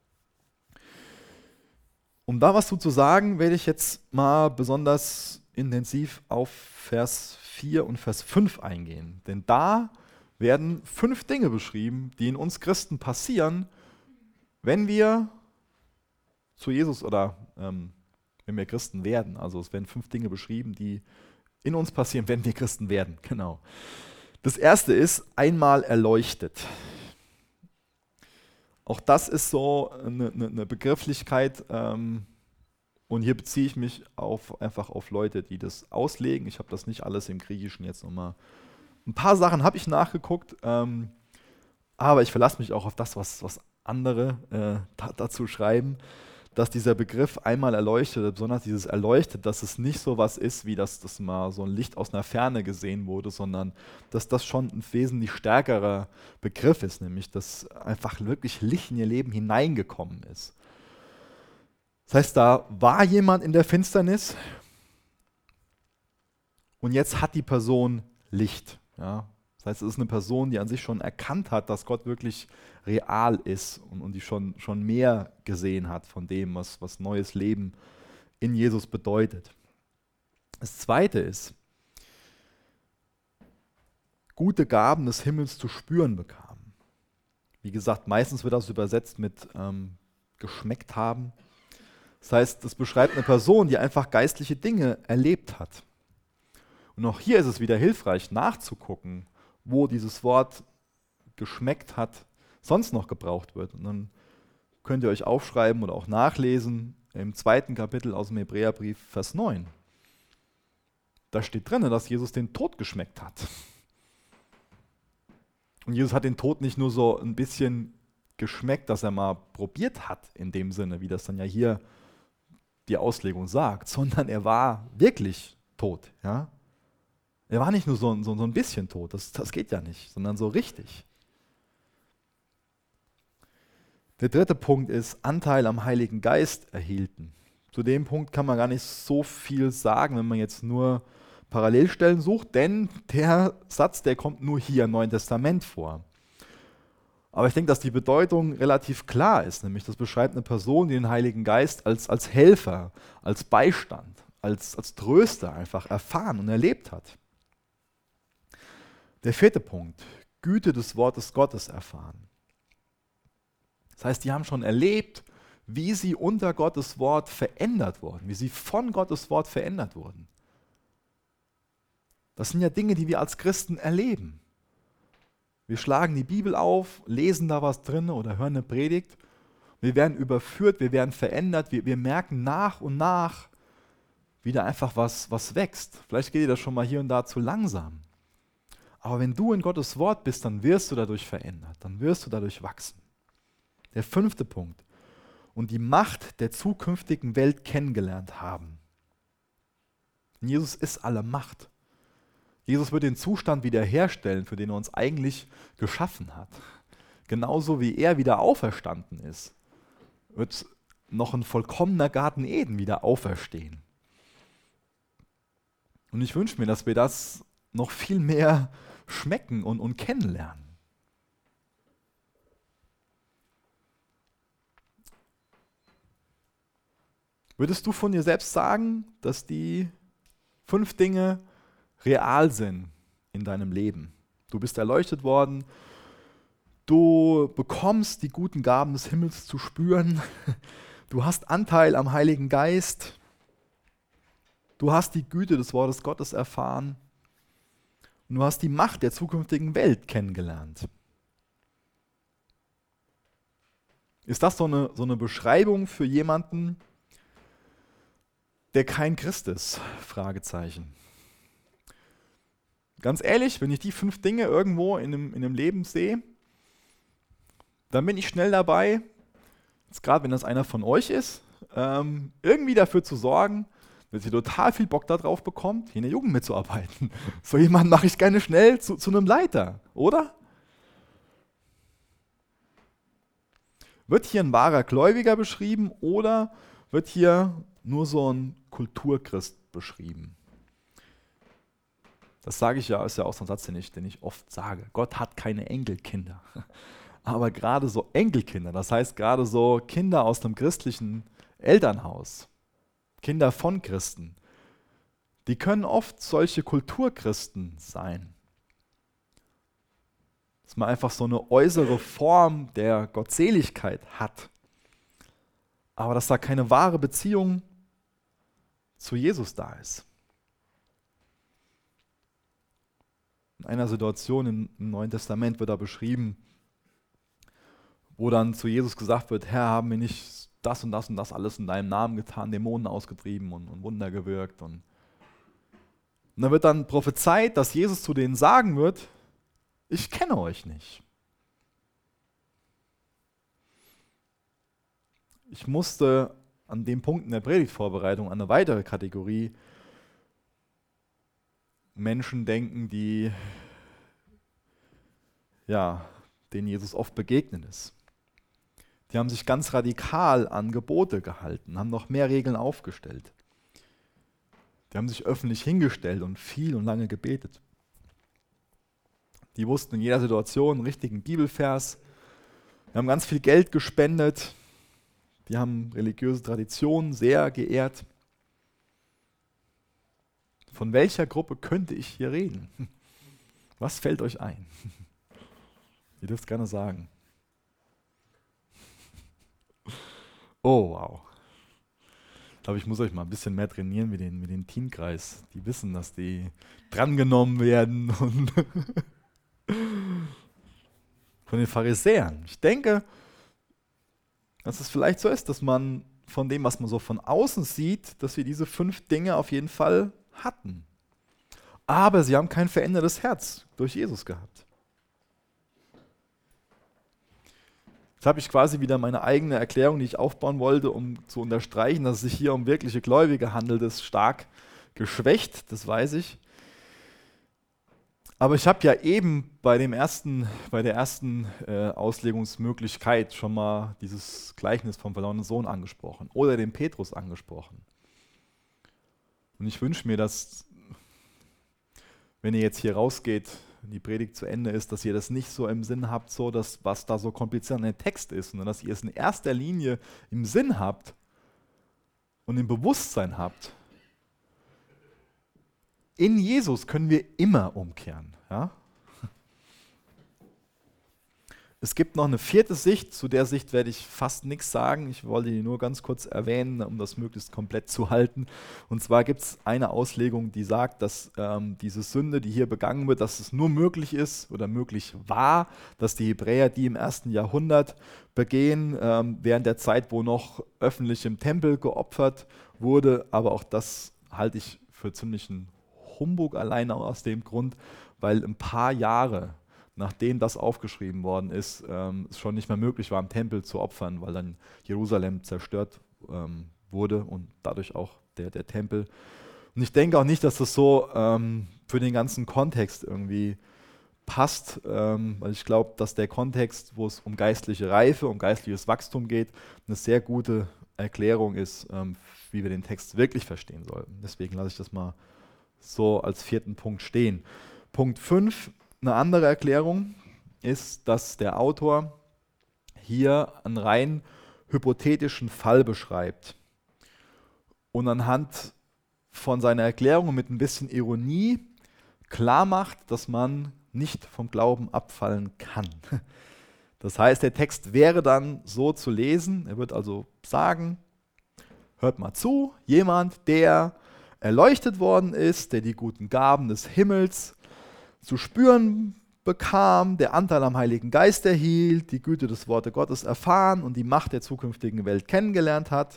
A: Um da was zu sagen, werde ich jetzt mal besonders intensiv auf Vers 4 und Vers 5 eingehen. Denn da werden 5 Dinge beschrieben, die in uns Christen passieren, wenn wir zu Jesus oder wenn wir Christen werden. Also es werden 5 Dinge beschrieben, die in uns passieren, wenn wir Christen werden. Genau. Das erste ist einmal erleuchtet. Auch das ist so eine Begrifflichkeit, und hier beziehe ich mich einfach auf Leute, die das auslegen. Ich habe das nicht alles im Griechischen jetzt nochmal. Ein paar Sachen habe ich nachgeguckt, aber ich verlasse mich auch auf das, was andere dazu schreiben, dass dieser Begriff einmal erleuchtet, besonders dieses erleuchtet, dass es nicht so was ist, wie das mal so ein Licht aus einer Ferne gesehen wurde, sondern dass das schon ein wesentlich stärkerer Begriff ist, nämlich dass einfach wirklich Licht in ihr Leben hineingekommen ist. Das heißt, da war jemand in der Finsternis und jetzt hat die Person Licht. Ja? Das heißt, es ist eine Person, die an sich schon erkannt hat, dass Gott wirklich real ist und die schon mehr gesehen hat von dem, was neues Leben in Jesus bedeutet. Das Zweite ist, gute Gaben des Himmels zu spüren bekam. Wie gesagt, meistens wird das übersetzt mit geschmeckt haben. Das heißt, es beschreibt eine Person, die einfach geistliche Dinge erlebt hat. Und auch hier ist es wieder hilfreich nachzugucken, wo dieses Wort geschmeckt hat, sonst noch gebraucht wird. Und dann könnt ihr euch aufschreiben oder auch nachlesen im 2. Kapitel aus dem Hebräerbrief, Vers 9. Da steht drin, dass Jesus den Tod geschmeckt hat. Und Jesus hat den Tod nicht nur so ein bisschen geschmeckt, dass er mal probiert hat, in dem Sinne, wie das dann ja hier die Auslegung sagt, sondern er war wirklich tot. Ja? Er war nicht nur so ein bisschen tot, das geht ja nicht, sondern so richtig. Der dritte Punkt ist, Anteil am Heiligen Geist erhielten. Zu dem Punkt kann man gar nicht so viel sagen, wenn man jetzt nur Parallelstellen sucht, denn der Satz, der kommt nur hier im Neuen Testament vor. Aber ich denke, dass die Bedeutung relativ klar ist, nämlich das beschreibt eine Person, die den Heiligen Geist als Helfer, als Beistand, als Tröster einfach erfahren und erlebt hat. Der 4. Punkt, Güte des Wortes Gottes erfahren. Das heißt, die haben schon erlebt, wie sie unter Gottes Wort verändert wurden, wie sie von Gottes Wort verändert wurden. Das sind ja Dinge, die wir als Christen erleben. Wir schlagen die Bibel auf, lesen da was drin oder hören eine Predigt. Wir werden überführt, wir werden verändert, wir merken nach und nach, wie da einfach was wächst. Vielleicht geht dir das schon mal hier und da zu langsam. Aber wenn du in Gottes Wort bist, dann wirst du dadurch verändert, dann wirst du dadurch wachsen. Der 5. Punkt, und die Macht der zukünftigen Welt kennengelernt haben. In Jesus ist alle Macht. Jesus wird den Zustand wiederherstellen, für den er uns eigentlich geschaffen hat. Genauso wie er wieder auferstanden ist, wird noch ein vollkommener Garten Eden wieder auferstehen. Und ich wünsche mir, dass wir das noch viel mehr schmecken und kennenlernen. Würdest du von dir selbst sagen, dass die 5 Dinge real sind in deinem Leben? Du bist erleuchtet worden, du bekommst die guten Gaben des Himmels zu spüren, du hast Anteil am Heiligen Geist, du hast die Güte des Wortes Gottes erfahren und du hast die Macht der zukünftigen Welt kennengelernt. Ist das so eine Beschreibung für jemanden, der kein Christ ist? Fragezeichen. Ganz ehrlich, wenn ich die 5 Dinge irgendwo in einem Leben sehe, dann bin ich schnell dabei, jetzt gerade wenn das einer von euch ist, irgendwie dafür zu sorgen, dass ihr total viel Bock darauf bekommt, hier in der Jugend mitzuarbeiten. So jemanden mache ich gerne schnell zu einem Leiter, oder? Wird hier ein wahrer Gläubiger beschrieben oder wird hier nur so ein Kulturchrist beschrieben? Das sage ich ja, ist ja auch so ein Satz, den ich oft sage. Gott hat keine Enkelkinder. Aber gerade so Enkelkinder, das heißt gerade so Kinder aus einem christlichen Elternhaus, Kinder von Christen, die können oft solche Kulturchristen sein. Dass man einfach so eine äußere Form der Gottseligkeit hat, aber dass da keine wahre Beziehung zu Jesus da ist. In einer Situation im Neuen Testament wird da beschrieben, wo dann zu Jesus gesagt wird, Herr, haben wir nicht das und das und das alles in deinem Namen getan, Dämonen ausgetrieben und Wunder gewirkt. Und dann wird dann prophezeit, dass Jesus zu denen sagen wird, ich kenne euch nicht. Ich musste an dem Punkt in der Predigtvorbereitung an eine weitere Kategorie Menschen denken, denen Jesus oft begegnet ist. Die haben sich ganz radikal an Gebote gehalten, haben noch mehr Regeln aufgestellt. Die haben sich öffentlich hingestellt und viel und lange gebetet. Die wussten in jeder Situation einen richtigen Bibelvers. Die haben ganz viel Geld gespendet. Die haben religiöse Traditionen sehr geehrt. Von welcher Gruppe könnte ich hier reden? Was fällt euch ein? Ihr dürft gerne sagen. Oh, wow. Ich glaube, ich muss euch mal ein bisschen mehr trainieren mit den Teamkreis. Die wissen, dass die drangenommen werden und von den Pharisäern. Ich denke, dass es vielleicht so ist, dass man von dem, was man so von außen sieht, dass wir diese 5 Dinge auf jeden Fall hatten. Aber sie haben kein verändertes Herz durch Jesus gehabt. Jetzt habe ich quasi wieder meine eigene Erklärung, die ich aufbauen wollte, um zu unterstreichen, dass es sich hier um wirkliche Gläubige handelt, ist stark geschwächt, das weiß ich. Aber ich habe ja eben bei der ersten Auslegungsmöglichkeit schon mal dieses Gleichnis vom verlorenen Sohn angesprochen oder den Petrus angesprochen. Und ich wünsche mir, dass, wenn ihr jetzt hier rausgeht, wenn die Predigt zu Ende ist, dass ihr das nicht so im Sinn habt, so dass was da so kompliziert an der Text ist, sondern dass ihr es in erster Linie im Sinn habt und im Bewusstsein habt. In Jesus können wir immer umkehren. Ja? Es gibt noch eine 4. Sicht, zu der Sicht werde ich fast nichts sagen. Ich wollte die nur ganz kurz erwähnen, um das möglichst komplett zu halten. Und zwar gibt es eine Auslegung, die sagt, dass diese Sünde, die hier begangen wird, dass es nur möglich ist oder möglich war, dass die Hebräer die im 1. Jahrhundert begehen, während der Zeit, wo noch öffentlich im Tempel geopfert wurde. Aber auch das halte ich für ziemlichen Humbug, alleine aus dem Grund, weil ein paar Jahre nachdem das aufgeschrieben worden ist, es schon nicht mehr möglich war, im Tempel zu opfern, weil dann Jerusalem zerstört wurde und dadurch auch der Tempel. Und ich denke auch nicht, dass das so für den ganzen Kontext irgendwie passt, weil ich glaube, dass der Kontext, wo es um geistliche Reife, um geistliches Wachstum geht, eine sehr gute Erklärung ist, wie wir den Text wirklich verstehen sollten. Deswegen lasse ich das mal so als 4. Punkt stehen. Punkt 5, eine andere Erklärung, ist, dass der Autor hier einen rein hypothetischen Fall beschreibt und anhand von seiner Erklärung mit ein bisschen Ironie klar macht, dass man nicht vom Glauben abfallen kann. Das heißt, der Text wäre dann so zu lesen, er wird also sagen, hört mal zu, jemand, der erleuchtet worden ist, der die guten Gaben des Himmels zu spüren bekam, der Anteil am Heiligen Geist erhielt, die Güte des Wortes Gottes erfahren und die Macht der zukünftigen Welt kennengelernt hat,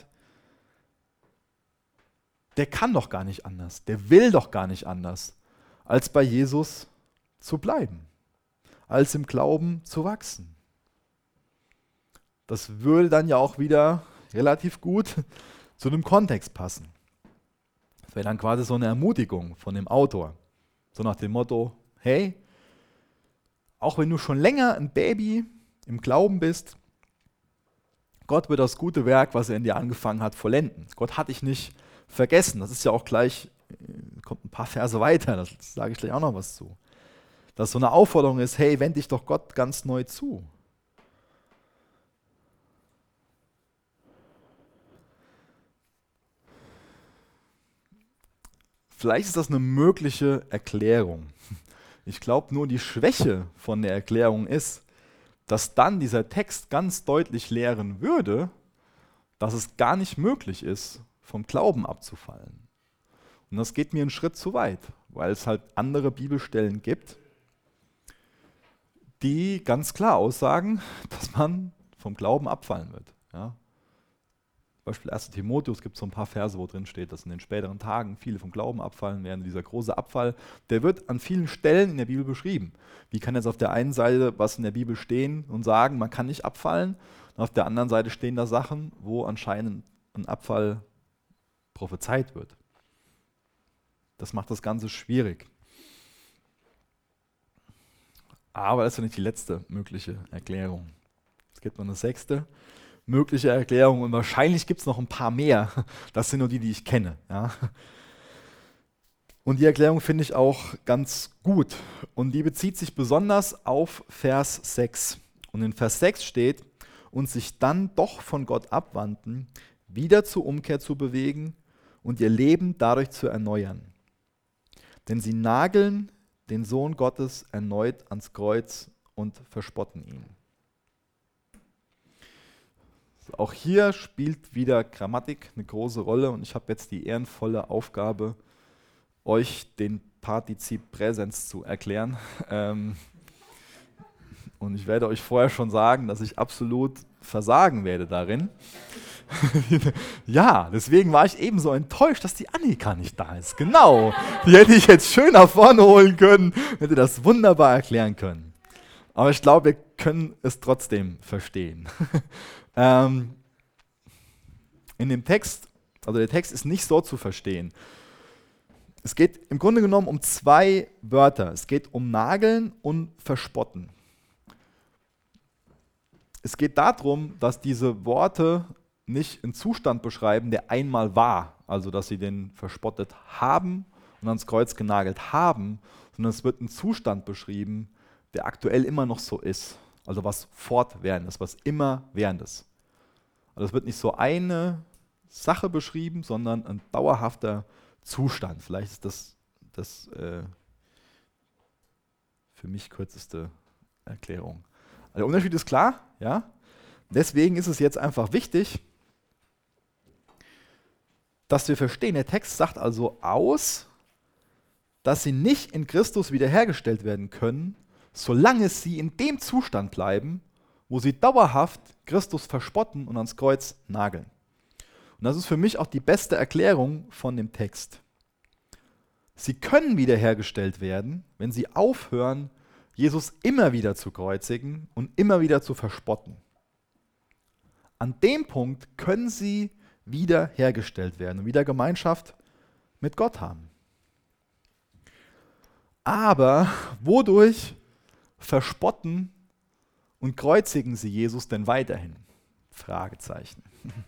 A: der kann doch gar nicht anders, der will doch gar nicht anders, als bei Jesus zu bleiben, als im Glauben zu wachsen. Das würde dann ja auch wieder relativ gut zu dem Kontext passen. Das wäre dann quasi so eine Ermutigung von dem Autor. So nach dem Motto, hey, auch wenn du schon länger ein Baby im Glauben bist, Gott wird das gute Werk, was er in dir angefangen hat, vollenden. Gott hat dich nicht vergessen. Das ist ja auch gleich, kommt ein paar Verse weiter, das sage ich gleich auch noch was zu. Dass so eine Aufforderung ist, hey, wend dich doch Gott ganz neu zu. Vielleicht ist das eine mögliche Erklärung. Ich glaube, nur die Schwäche von der Erklärung ist, dass dann dieser Text ganz deutlich lehren würde, dass es gar nicht möglich ist, vom Glauben abzufallen. Und das geht mir einen Schritt zu weit, weil es halt andere Bibelstellen gibt, die ganz klar aussagen, dass man vom Glauben abfallen wird. Ja? Beispiel 1. Timotheus gibt es so ein paar Verse, wo drin steht, dass in den späteren Tagen viele vom Glauben abfallen werden. Dieser große Abfall, der wird an vielen Stellen in der Bibel beschrieben. Wie kann jetzt auf der einen Seite was in der Bibel stehen und sagen, man kann nicht abfallen, und auf der anderen Seite stehen da Sachen, wo anscheinend ein Abfall prophezeit wird. Das macht das Ganze schwierig. Aber das ist ja nicht die letzte mögliche Erklärung. Es gibt noch eine 6. mögliche Erklärung und wahrscheinlich gibt es noch ein paar mehr. Das sind nur die ich kenne. Ja. Und die Erklärung finde ich auch ganz gut. Und die bezieht sich besonders auf Vers 6. Und in Vers 6 steht, und sich dann doch von Gott abwandten, wieder zur Umkehr zu bewegen und ihr Leben dadurch zu erneuern. Denn sie nageln den Sohn Gottes erneut ans Kreuz und verspotten ihn. Auch hier spielt wieder Grammatik eine große Rolle und ich habe jetzt die ehrenvolle Aufgabe, euch den Partizip Präsens zu erklären. Und ich werde euch vorher schon sagen, dass ich absolut versagen werde darin. Ja, deswegen war ich eben so enttäuscht, dass die Annika nicht da ist. Genau, die hätte ich jetzt schön nach vorne holen können, hätte das wunderbar erklären können. Aber ich glaube, wir können es trotzdem verstehen. In dem Text, also der Text ist nicht so zu verstehen. Es geht im Grunde genommen um 2 Wörter. Es geht um Nageln und Verspotten. Es geht darum, dass diese Worte nicht einen Zustand beschreiben, der einmal war, also dass sie den verspottet haben und ans Kreuz genagelt haben, sondern es wird ein Zustand beschrieben, der aktuell immer noch so ist, also was fortwährendes, was immerwährendes. Also es wird nicht so eine Sache beschrieben, sondern ein dauerhafter Zustand. Vielleicht ist das für mich kürzeste Erklärung. Also der Unterschied ist klar, ja. Deswegen ist es jetzt einfach wichtig, dass wir verstehen, der Text sagt also aus, dass sie nicht in Christus wiederhergestellt werden können, solange sie in dem Zustand bleiben, wo sie dauerhaft Christus verspotten und ans Kreuz nageln. Und das ist für mich auch die beste Erklärung von dem Text. Sie können wiederhergestellt werden, wenn sie aufhören, Jesus immer wieder zu kreuzigen und immer wieder zu verspotten. An dem Punkt können sie wieder hergestellt werden und wieder Gemeinschaft mit Gott haben. Aber wodurch verspotten und kreuzigen sie Jesus denn weiterhin? Fragezeichen.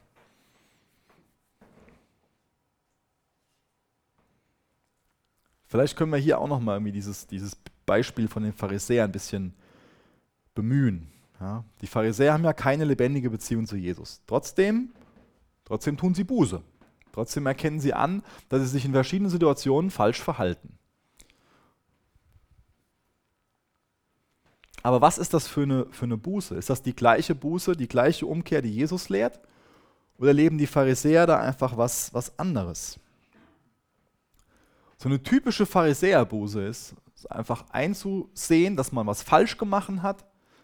A: Vielleicht können wir hier auch nochmal irgendwie dieses Beispiel von den Pharisäern ein bisschen bemühen. Ja, die Pharisäer haben ja keine lebendige Beziehung zu Jesus. Trotzdem tun sie Buße. Trotzdem erkennen sie an, dass sie sich in verschiedenen Situationen falsch verhalten. Aber was ist das für eine Buße? Ist das die gleiche Buße, die gleiche Umkehr, die Jesus lehrt? Oder leben die Pharisäer da einfach was anderes? So eine typische Pharisäerbuße ist einfach einzusehen, dass man was falsch gemacht hat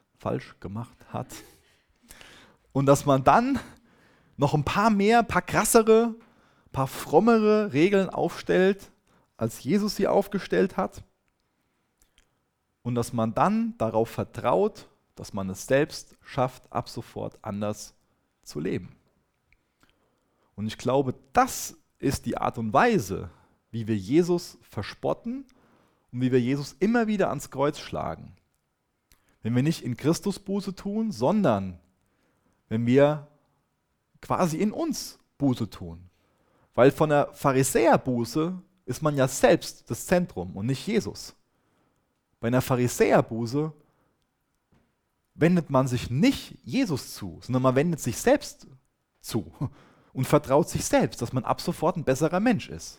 A: und dass man dann noch ein paar krassere, ein paar frommere Regeln aufstellt, als Jesus sie aufgestellt hat. Und dass man dann darauf vertraut, dass man es selbst schafft, ab sofort anders zu leben. Und ich glaube, das ist die Art und Weise, wie wir Jesus verspotten und wie wir Jesus immer wieder ans Kreuz schlagen. Wenn wir nicht in Christus Buße tun, sondern wenn wir quasi in uns Buße tun. Weil von der Pharisäerbuße ist man ja selbst das Zentrum und nicht Jesus. Bei einer Pharisäerbuße wendet man sich nicht Jesus zu, sondern man wendet sich selbst zu und vertraut sich selbst, dass man ab sofort ein besserer Mensch ist.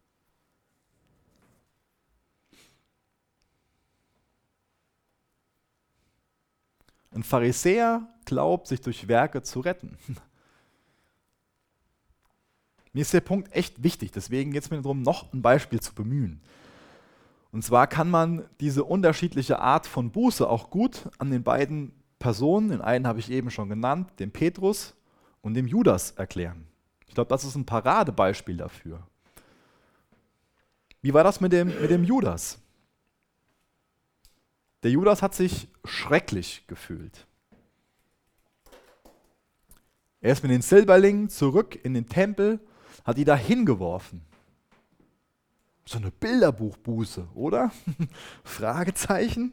A: Ein Pharisäer glaubt, sich durch Werke zu retten. Mir ist der Punkt echt wichtig, deswegen geht es mir darum, noch ein Beispiel zu bemühen. Und zwar kann man diese unterschiedliche Art von Buße auch gut an den beiden Personen, den einen habe ich eben schon genannt, dem Petrus und dem Judas erklären. Ich glaube, das ist ein Paradebeispiel dafür. Wie war das mit dem Judas? Der Judas hat sich schrecklich gefühlt. Er ist mit den Silberlingen zurück in den Tempel, hat die da hingeworfen. So eine Bilderbuchbuße, oder? Fragezeichen.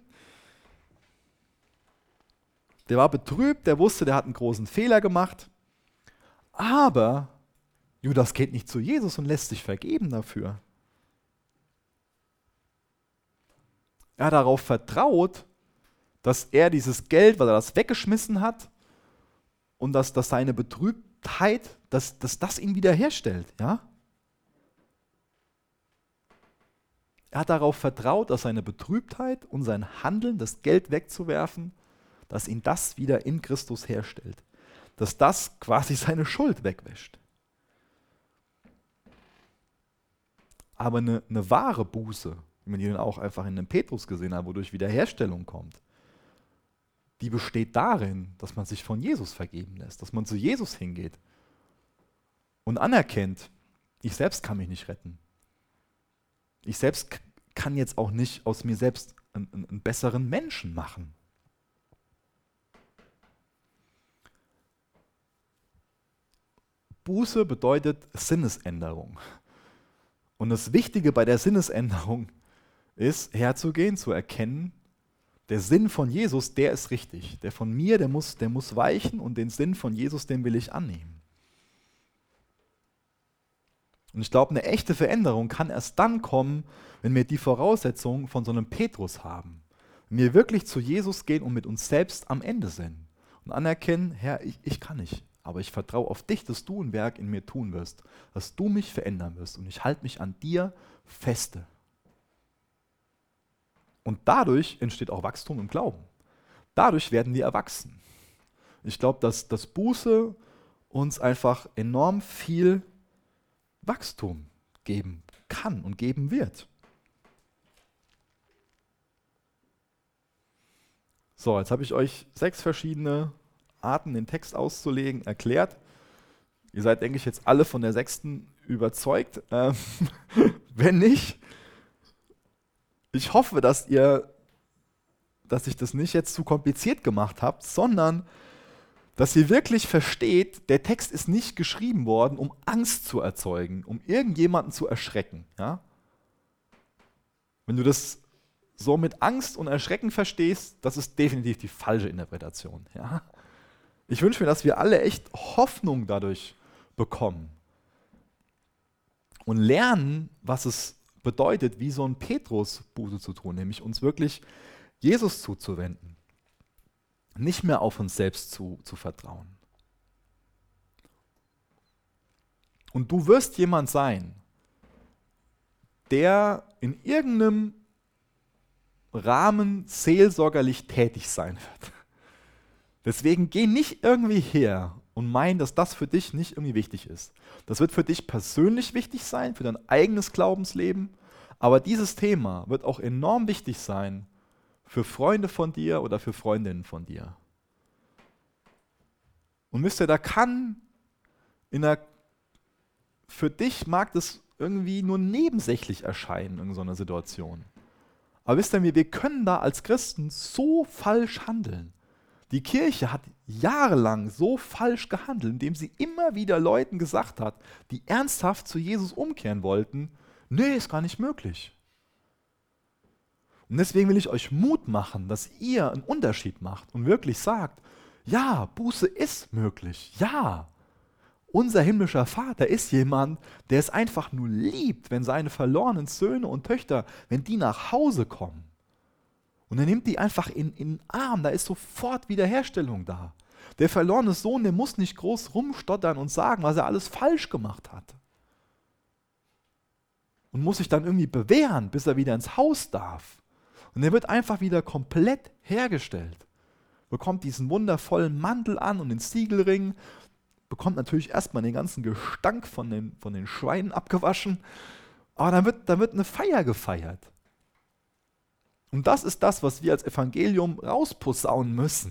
A: Der war betrübt, der wusste, der hat einen großen Fehler gemacht. Aber Judas geht nicht zu Jesus und lässt sich vergeben dafür. Er hat darauf vertraut, dass er dieses Geld, weil er das weggeschmissen hat, und dass seine Betrübtheit, dass das ihn wiederherstellt. Ja? Er hat darauf vertraut, dass seine Betrübtheit und sein Handeln, das Geld wegzuwerfen, dass ihn das wieder in Christus herstellt. Dass das quasi seine Schuld wegwäscht. Aber eine wahre Buße, wie man die dann auch einfach in einem Petrus gesehen hat, wodurch Wiederherstellung kommt, die besteht darin, dass man sich von Jesus vergeben lässt, dass man zu Jesus hingeht und anerkennt, ich selbst kann mich nicht retten. Ich selbst kann jetzt auch nicht aus mir selbst einen besseren Menschen machen. Buße bedeutet Sinnesänderung. Und das Wichtige bei der Sinnesänderung ist, herzugehen, zu erkennen, der Sinn von Jesus, der ist richtig. Der von mir, der muss weichen und den Sinn von Jesus, den will ich annehmen. Und ich glaube, eine echte Veränderung kann erst dann kommen, wenn wir die Voraussetzungen von so einem Petrus haben. Wenn wir wirklich zu Jesus gehen und mit uns selbst am Ende sind und anerkennen, Herr, ich kann nicht, aber ich vertraue auf dich, dass du ein Werk in mir tun wirst, dass du mich verändern wirst und ich halte mich an dir feste. Und dadurch entsteht auch Wachstum im Glauben. Dadurch werden wir erwachsen. Ich glaube, dass das Buße uns einfach enorm viel Wachstum geben kann und geben wird. So, jetzt habe ich euch 6 verschiedene Arten, den Text auszulegen, erklärt. Ihr seid, denke ich, jetzt alle von der 6. überzeugt. Wenn nicht, ich hoffe, dass ihr dass ich das nicht jetzt zu kompliziert gemacht habe, sondern dass ihr wirklich versteht, der Text ist nicht geschrieben worden, um Angst zu erzeugen, um irgendjemanden zu erschrecken. Ja? Wenn du das so mit Angst und Erschrecken verstehst, das ist definitiv die falsche Interpretation. Ja? Ich wünsche mir, dass wir alle echt Hoffnung dadurch bekommen und lernen, was es bedeutet, wie so ein Petrus Buße zu tun, nämlich uns wirklich Jesus zuzuwenden, nicht mehr auf uns selbst zu vertrauen. Und du wirst jemand sein, der in irgendeinem Rahmen seelsorgerlich tätig sein wird. Deswegen geh nicht irgendwie her und mein, dass das für dich nicht irgendwie wichtig ist. Das wird für dich persönlich wichtig sein, für dein eigenes Glaubensleben, aber dieses Thema wird auch enorm wichtig sein für Freunde von dir oder für Freundinnen von dir. Und wisst ihr, da kann für dich mag das irgendwie nur nebensächlich erscheinen in so einer Situation. Aber wisst ihr, wir können da als Christen so falsch handeln. Die Kirche hat jahrelang so falsch gehandelt, indem sie immer wieder Leuten gesagt hat, die ernsthaft zu Jesus umkehren wollten, nee, ist gar nicht möglich. Und deswegen will ich euch Mut machen, dass ihr einen Unterschied macht und wirklich sagt, ja, Buße ist möglich, ja. Unser himmlischer Vater ist jemand, der es einfach nur liebt, wenn seine verlorenen Söhne und Töchter, wenn die nach Hause kommen. Und er nimmt die einfach in den Arm, da ist sofort Wiederherstellung da. Der verlorene Sohn, der muss nicht groß rumstottern und sagen, was er alles falsch gemacht hat. Und muss sich dann irgendwie bewähren, bis er wieder ins Haus darf. Und er wird einfach wieder komplett hergestellt. Bekommt diesen wundervollen Mantel an und den Siegelring, bekommt natürlich erstmal den ganzen Gestank von den Schweinen abgewaschen, aber dann wird eine Feier gefeiert. Und das ist das, was wir als Evangelium rausposaunen müssen.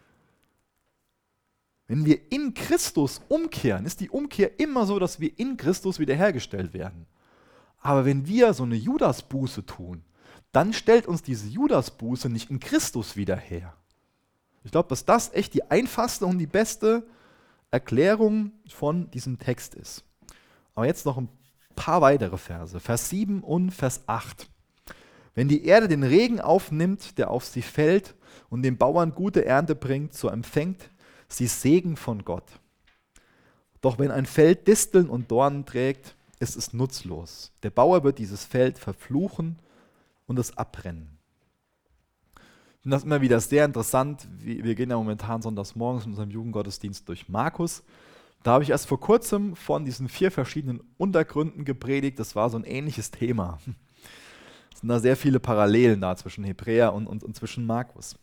A: Wenn wir in Christus umkehren, ist die Umkehr immer so, dass wir in Christus wiederhergestellt werden. Aber wenn wir so eine Judasbuße tun, dann stellt uns diese Judasbuße nicht in Christus wieder her. Ich glaube, dass das echt die einfachste und die beste Erklärung von diesem Text ist. Aber jetzt noch ein paar weitere Verse. Vers 7 und Vers 8. Wenn die Erde den Regen aufnimmt, der auf sie fällt, und den Bauern gute Ernte bringt, so empfängt sie Segen von Gott. Doch wenn ein Feld Disteln und Dornen trägt, ist es nutzlos. Der Bauer wird dieses Feld verfluchen und es abbrennen. Ich finde das immer wieder sehr interessant. Wir gehen ja momentan sonntags morgens in unserem Jugendgottesdienst durch Markus. Da habe ich erst vor kurzem von diesen 4 verschiedenen Untergründen gepredigt. Das war so ein ähnliches Thema. Es sind da sehr viele Parallelen da zwischen Hebräer und zwischen Markus.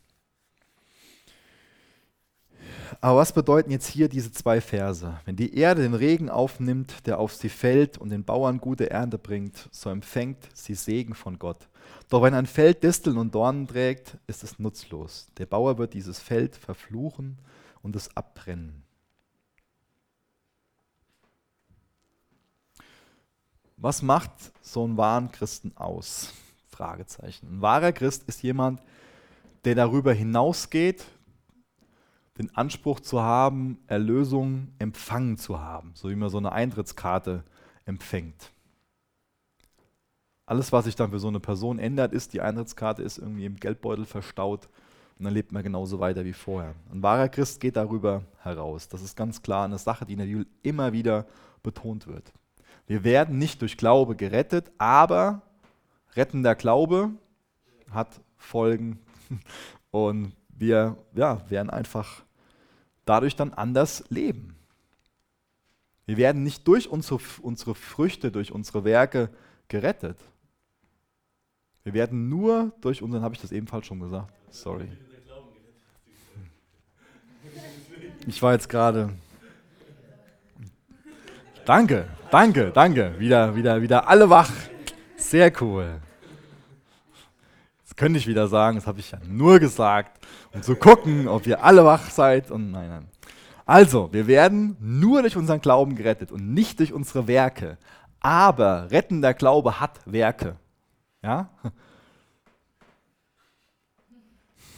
A: Aber was bedeuten jetzt hier diese 2 Verse? Wenn die Erde den Regen aufnimmt, der auf sie fällt und den Bauern gute Ernte bringt, so empfängt sie Segen von Gott. Doch wenn ein Feld Disteln und Dornen trägt, ist es nutzlos. Der Bauer wird dieses Feld verfluchen und es abbrennen. Was macht so einen wahren Christen aus? Fragezeichen. Ein wahrer Christ ist jemand, der darüber hinausgeht, den Anspruch zu haben, Erlösung empfangen zu haben, so wie man so eine Eintrittskarte empfängt. Alles, was sich dann für so eine Person ändert, ist, die Eintrittskarte ist irgendwie im Geldbeutel verstaut und dann lebt man genauso weiter wie vorher. Ein wahrer Christ geht darüber heraus. Das ist ganz klar eine Sache, die in der Bibel immer wieder betont wird. Wir werden nicht durch Glaube gerettet, aber rettender Glaube hat Folgen und wir werden einfach dadurch dann anders leben. Wir werden nicht durch unsere Früchte, durch unsere Werke gerettet. Wir werden nur durch unseren, habe ich das ebenfalls schon gesagt? Sorry. Ich war jetzt gerade. Danke. Wieder alle wach. Sehr cool. Jetzt könnte ich wieder sagen, das habe ich ja nur gesagt, um zu gucken, ob ihr alle wach seid. Und nein. Also, wir werden nur durch unseren Glauben gerettet und nicht durch unsere Werke. Aber rettender Glaube hat Werke. Ja?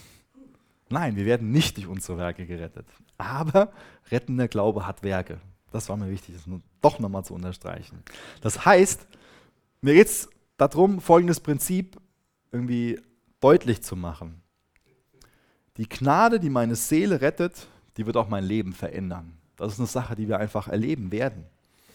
A: Nein, wir werden nicht durch unsere Werke gerettet. Aber rettender Glaube hat Werke. Das war mir wichtig, das doch nochmal zu unterstreichen. Das heißt, mir geht es darum, folgendes Prinzip irgendwie deutlich zu machen. Die Gnade, die meine Seele rettet, die wird auch mein Leben verändern. Das ist eine Sache, die wir einfach erleben werden.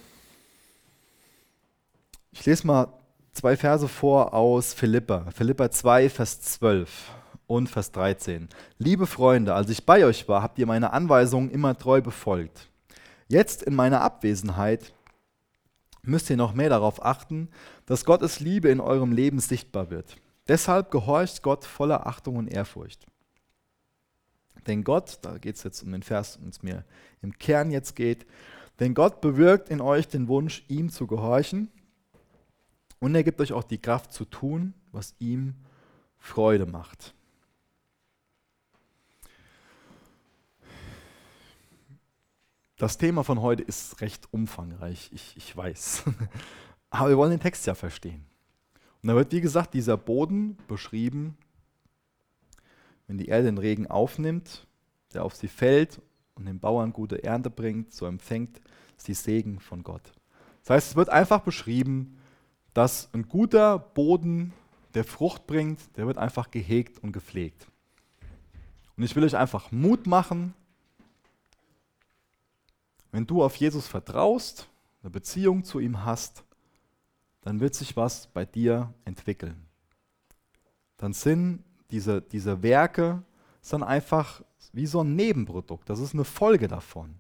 A: Ich lese mal 2 Verse vor aus Philipper. Philipper 2, Vers 12 und Vers 13. Liebe Freunde, als ich bei euch war, habt ihr meine Anweisungen immer treu befolgt. Jetzt in meiner Abwesenheit müsst ihr noch mehr darauf achten, dass Gottes Liebe in eurem Leben sichtbar wird. Deshalb gehorcht Gott voller Achtung und Ehrfurcht. Denn Gott, da geht es jetzt um den Vers, um es mir im Kern jetzt geht, denn Gott bewirkt in euch den Wunsch, ihm zu gehorchen, und er gibt euch auch die Kraft zu tun, was ihm Freude macht. Das Thema von heute ist recht umfangreich, ich weiß. Aber wir wollen den Text ja verstehen. Und da wird, wie gesagt, dieser Boden beschrieben, wenn die Erde den Regen aufnimmt, der auf sie fällt und den Bauern gute Ernte bringt, so empfängt sie Segen von Gott. Das heißt, es wird einfach beschrieben, dass ein guter Boden, der Frucht bringt, der wird einfach gehegt und gepflegt. Und ich will euch einfach Mut machen, wenn du auf Jesus vertraust, eine Beziehung zu ihm hast, dann wird sich was bei dir entwickeln. Dann sind diese Werke sind einfach wie so ein Nebenprodukt. Das ist eine Folge davon.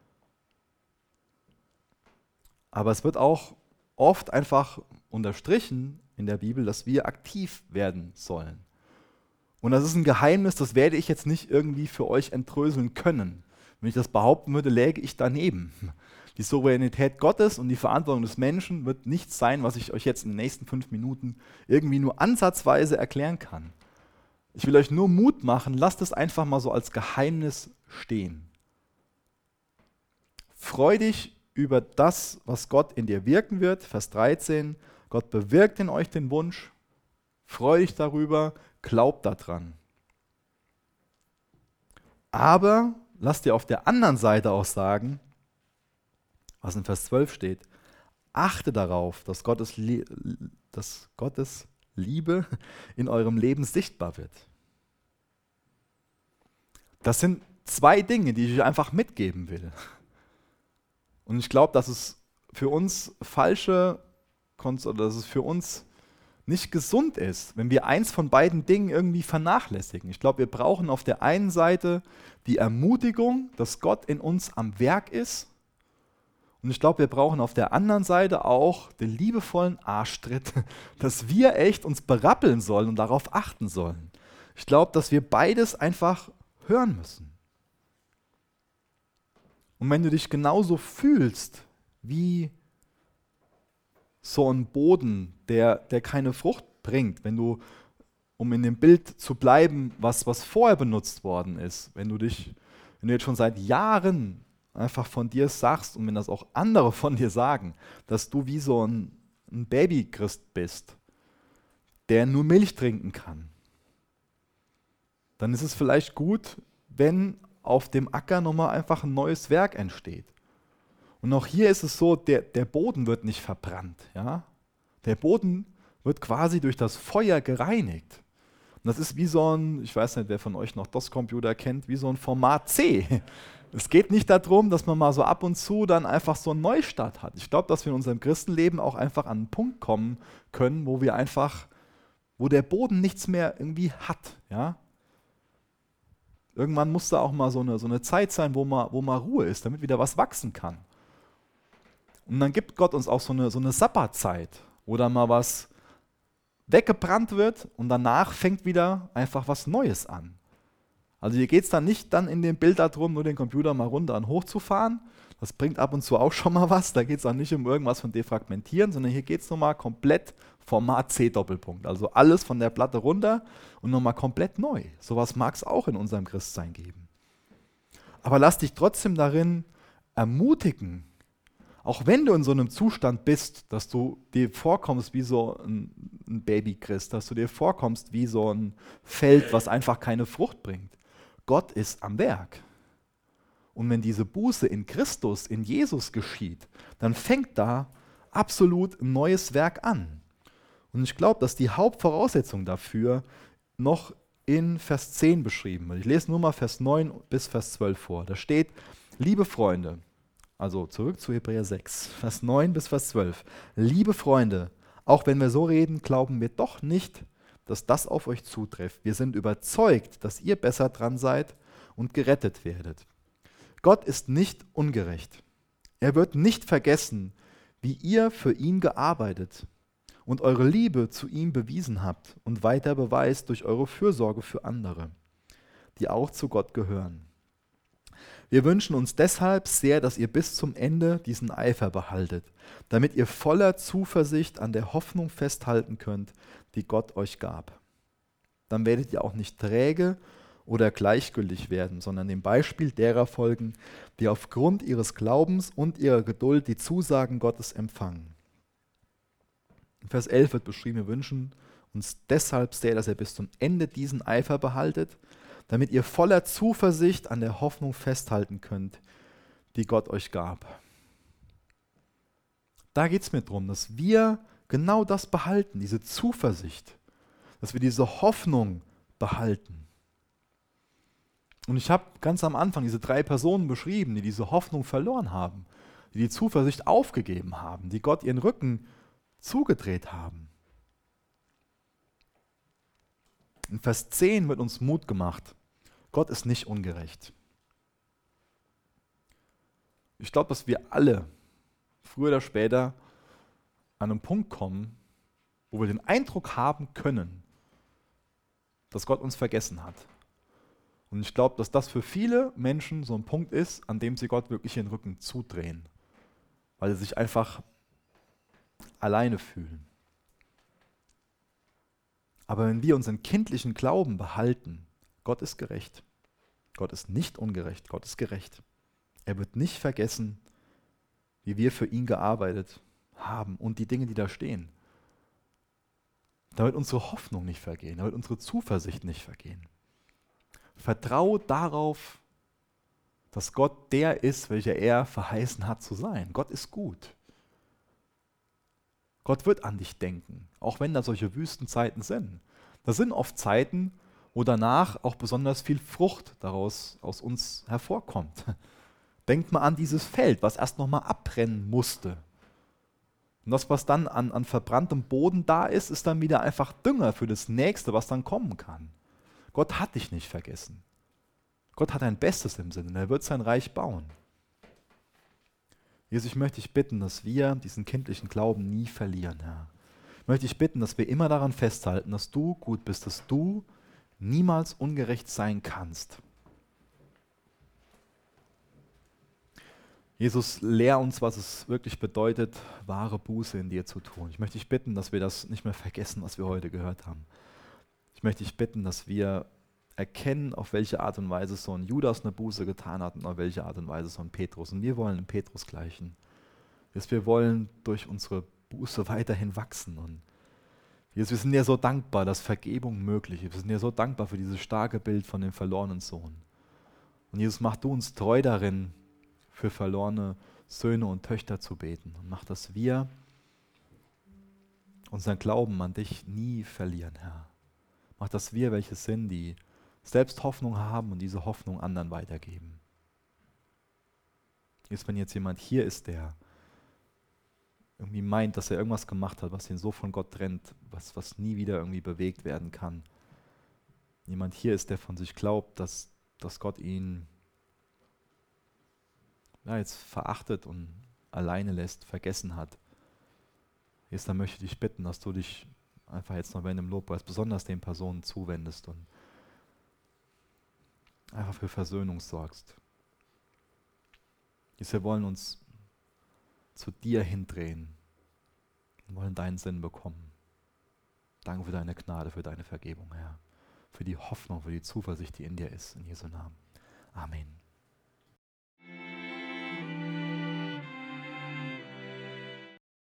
A: Aber es wird auch oft einfach unterstrichen in der Bibel, dass wir aktiv werden sollen. Und das ist ein Geheimnis, das werde ich jetzt nicht irgendwie für euch entdröseln können. Wenn ich das behaupten würde, läge ich daneben. Die Souveränität Gottes und die Verantwortung des Menschen wird nichts sein, was ich euch jetzt in den nächsten 5 Minuten irgendwie nur ansatzweise erklären kann. Ich will euch nur Mut machen, lasst es einfach mal so als Geheimnis stehen. Freu dich über das, was Gott in dir wirken wird. Vers 13, Gott bewirkt in euch den Wunsch. Freu dich darüber, glaub daran. Aber lass dir auf der anderen Seite auch sagen, was in Vers 12 steht, achte darauf, dass Gottes Liebe in eurem Leben sichtbar wird. Das sind 2 Dinge, die ich euch einfach mitgeben will. Und ich glaube, dass es für uns dass es für uns nicht gesund ist, wenn wir eins von beiden Dingen irgendwie vernachlässigen. Ich glaube, wir brauchen auf der einen Seite die Ermutigung, dass Gott in uns am Werk ist. Und ich glaube, wir brauchen auf der anderen Seite auch den liebevollen Arschtritt, dass wir echt uns berappeln sollen und darauf achten sollen. Ich glaube, dass wir beides einfach hören müssen. Und wenn du dich genauso fühlst wie so ein Boden, der keine Frucht bringt, wenn du, um in dem Bild zu bleiben, was vorher benutzt worden ist, wenn du jetzt schon seit Jahren einfach von dir sagst und wenn das auch andere von dir sagen, dass du wie so ein Babychrist bist, der nur Milch trinken kann, dann ist es vielleicht gut, wenn auf dem Acker nochmal einfach ein neues Werk entsteht. Und auch hier ist es so, der Boden wird nicht verbrannt. Ja? Der Boden wird quasi durch das Feuer gereinigt. Und das ist wie so ein, ich weiß nicht, wer von euch noch DOS-Computer kennt, wie so ein Format C. Es geht nicht darum, dass man mal so ab und zu dann einfach so einen Neustart hat. Ich glaube, dass wir in unserem Christenleben auch einfach an einen Punkt kommen können, wo der Boden nichts mehr irgendwie hat. Ja? Irgendwann muss da auch mal so eine Zeit sein, wo mal Ruhe ist, damit wieder was wachsen kann. Und dann gibt Gott uns auch so eine Sabbatzeit, wo dann mal was weggebrannt wird und danach fängt wieder einfach was Neues an. Also hier geht es dann nicht in dem Bild darum, nur den Computer mal runter und hoch zu fahren. Das bringt ab und zu auch schon mal was. Da geht es auch nicht um irgendwas von defragmentieren, sondern hier geht es nochmal komplett Format C-Doppelpunkt. Also alles von der Platte runter und nochmal komplett neu. Sowas mag es auch in unserem Christsein geben. Aber lass dich trotzdem darin ermutigen, auch wenn du in so einem Zustand bist, dass du dir vorkommst wie so ein Babychrist, dass du dir vorkommst wie so ein Feld, was einfach keine Frucht bringt. Gott ist am Werk. Und wenn diese Buße in Christus, in Jesus geschieht, dann fängt da absolut ein neues Werk an. Und ich glaube, dass die Hauptvoraussetzung dafür noch in Vers 10 beschrieben wird. Ich lese nur mal Vers 9 bis Vers 12 vor. Da steht, liebe Freunde, also zurück zu Hebräer 6, Vers 9 bis Vers 12. Liebe Freunde, auch wenn wir so reden, glauben wir doch nicht, dass das auf euch zutrifft. Wir sind überzeugt, dass ihr besser dran seid und gerettet werdet. Gott ist nicht ungerecht. Er wird nicht vergessen, wie ihr für ihn gearbeitet und eure Liebe zu ihm bewiesen habt und weiter beweist durch eure Fürsorge für andere, die auch zu Gott gehören. Wir wünschen uns deshalb sehr, dass ihr bis zum Ende diesen Eifer behaltet, damit ihr voller Zuversicht an der Hoffnung festhalten könnt, die Gott euch gab. Dann werdet ihr auch nicht träge oder gleichgültig werden, sondern dem Beispiel derer folgen, die aufgrund ihres Glaubens und ihrer Geduld die Zusagen Gottes empfangen. In Vers 11 wird beschrieben, wir wünschen uns deshalb sehr, dass ihr bis zum Ende diesen Eifer behaltet, damit ihr voller Zuversicht an der Hoffnung festhalten könnt, die Gott euch gab. Da geht es mir darum, dass wir genau das behalten, diese Zuversicht, dass wir diese Hoffnung behalten. Und ich habe ganz am Anfang diese 3 Personen beschrieben, die diese Hoffnung verloren haben, die die Zuversicht aufgegeben haben, die Gott ihren Rücken zugedreht haben. In Vers 10 wird uns Mut gemacht. Gott ist nicht ungerecht. Ich glaube, dass wir alle früher oder später an einen Punkt kommen, wo wir den Eindruck haben können, dass Gott uns vergessen hat. Und ich glaube, dass das für viele Menschen so ein Punkt ist, an dem sie Gott wirklich den Rücken zudrehen, weil sie sich einfach alleine fühlen. Aber wenn wir unseren kindlichen Glauben behalten, Gott ist gerecht. Gott ist nicht ungerecht, Gott ist gerecht. Er wird nicht vergessen, wie wir für ihn gearbeitet haben und die Dinge, die da stehen. Da wird unsere Hoffnung nicht vergehen, da wird unsere Zuversicht nicht vergehen. Vertraue darauf, dass Gott der ist, welcher er verheißen hat zu sein. Gott ist gut. Gott wird an dich denken, auch wenn da solche Wüstenzeiten sind. Das sind oft Zeiten, wo danach auch besonders viel Frucht daraus aus uns hervorkommt. Denkt mal an dieses Feld, was erst nochmal abbrennen musste. Und das, was dann an verbranntem Boden da ist, ist dann wieder einfach Dünger für das Nächste, was dann kommen kann. Gott hat dich nicht vergessen. Gott hat ein Bestes im Sinn und er wird sein Reich bauen. Jesus, ich möchte dich bitten, dass wir diesen kindlichen Glauben nie verlieren, Herr. Ich möchte dich bitten, dass wir immer daran festhalten, dass du gut bist, dass du niemals ungerecht sein kannst. Jesus, lehr uns, was es wirklich bedeutet, wahre Buße in dir zu tun. Ich möchte dich bitten, dass wir das nicht mehr vergessen, was wir heute gehört haben. Ich möchte dich bitten, dass wir erkennen, auf welche Art und Weise so ein Judas eine Buße getan hat und auf welche Art und Weise so ein Petrus. Und wir wollen dem Petrus gleichen. Jesus, wir wollen durch unsere Buße weiterhin wachsen. Und Jesus, wir sind dir so dankbar, dass Vergebung möglich ist. Wir sind dir so dankbar für dieses starke Bild von dem verlorenen Sohn. Und Jesus, mach du uns treu darin, für verlorene Söhne und Töchter zu beten. Und mach, dass wir unseren Glauben an dich nie verlieren, Herr. Mach, dass wir welche sind, die selbst Hoffnung haben und diese Hoffnung anderen weitergeben. Jetzt, wenn jetzt jemand hier ist, der irgendwie meint, dass er irgendwas gemacht hat, was ihn so von Gott trennt, was nie wieder irgendwie bewegt werden kann. Jemand hier ist, der von sich glaubt, dass Gott ihn jetzt verachtet und alleine lässt, vergessen hat. Jetzt dann möchte ich dich bitten, dass du dich einfach jetzt noch während dem Lobpreis besonders den Personen zuwendest und einfach für Versöhnung sorgst. Wir wollen uns zu dir hindrehen und wollen deinen Sinn bekommen. Danke für deine Gnade, für deine Vergebung, Herr. Für die Hoffnung, für die Zuversicht, die in dir ist. In Jesu Namen. Amen.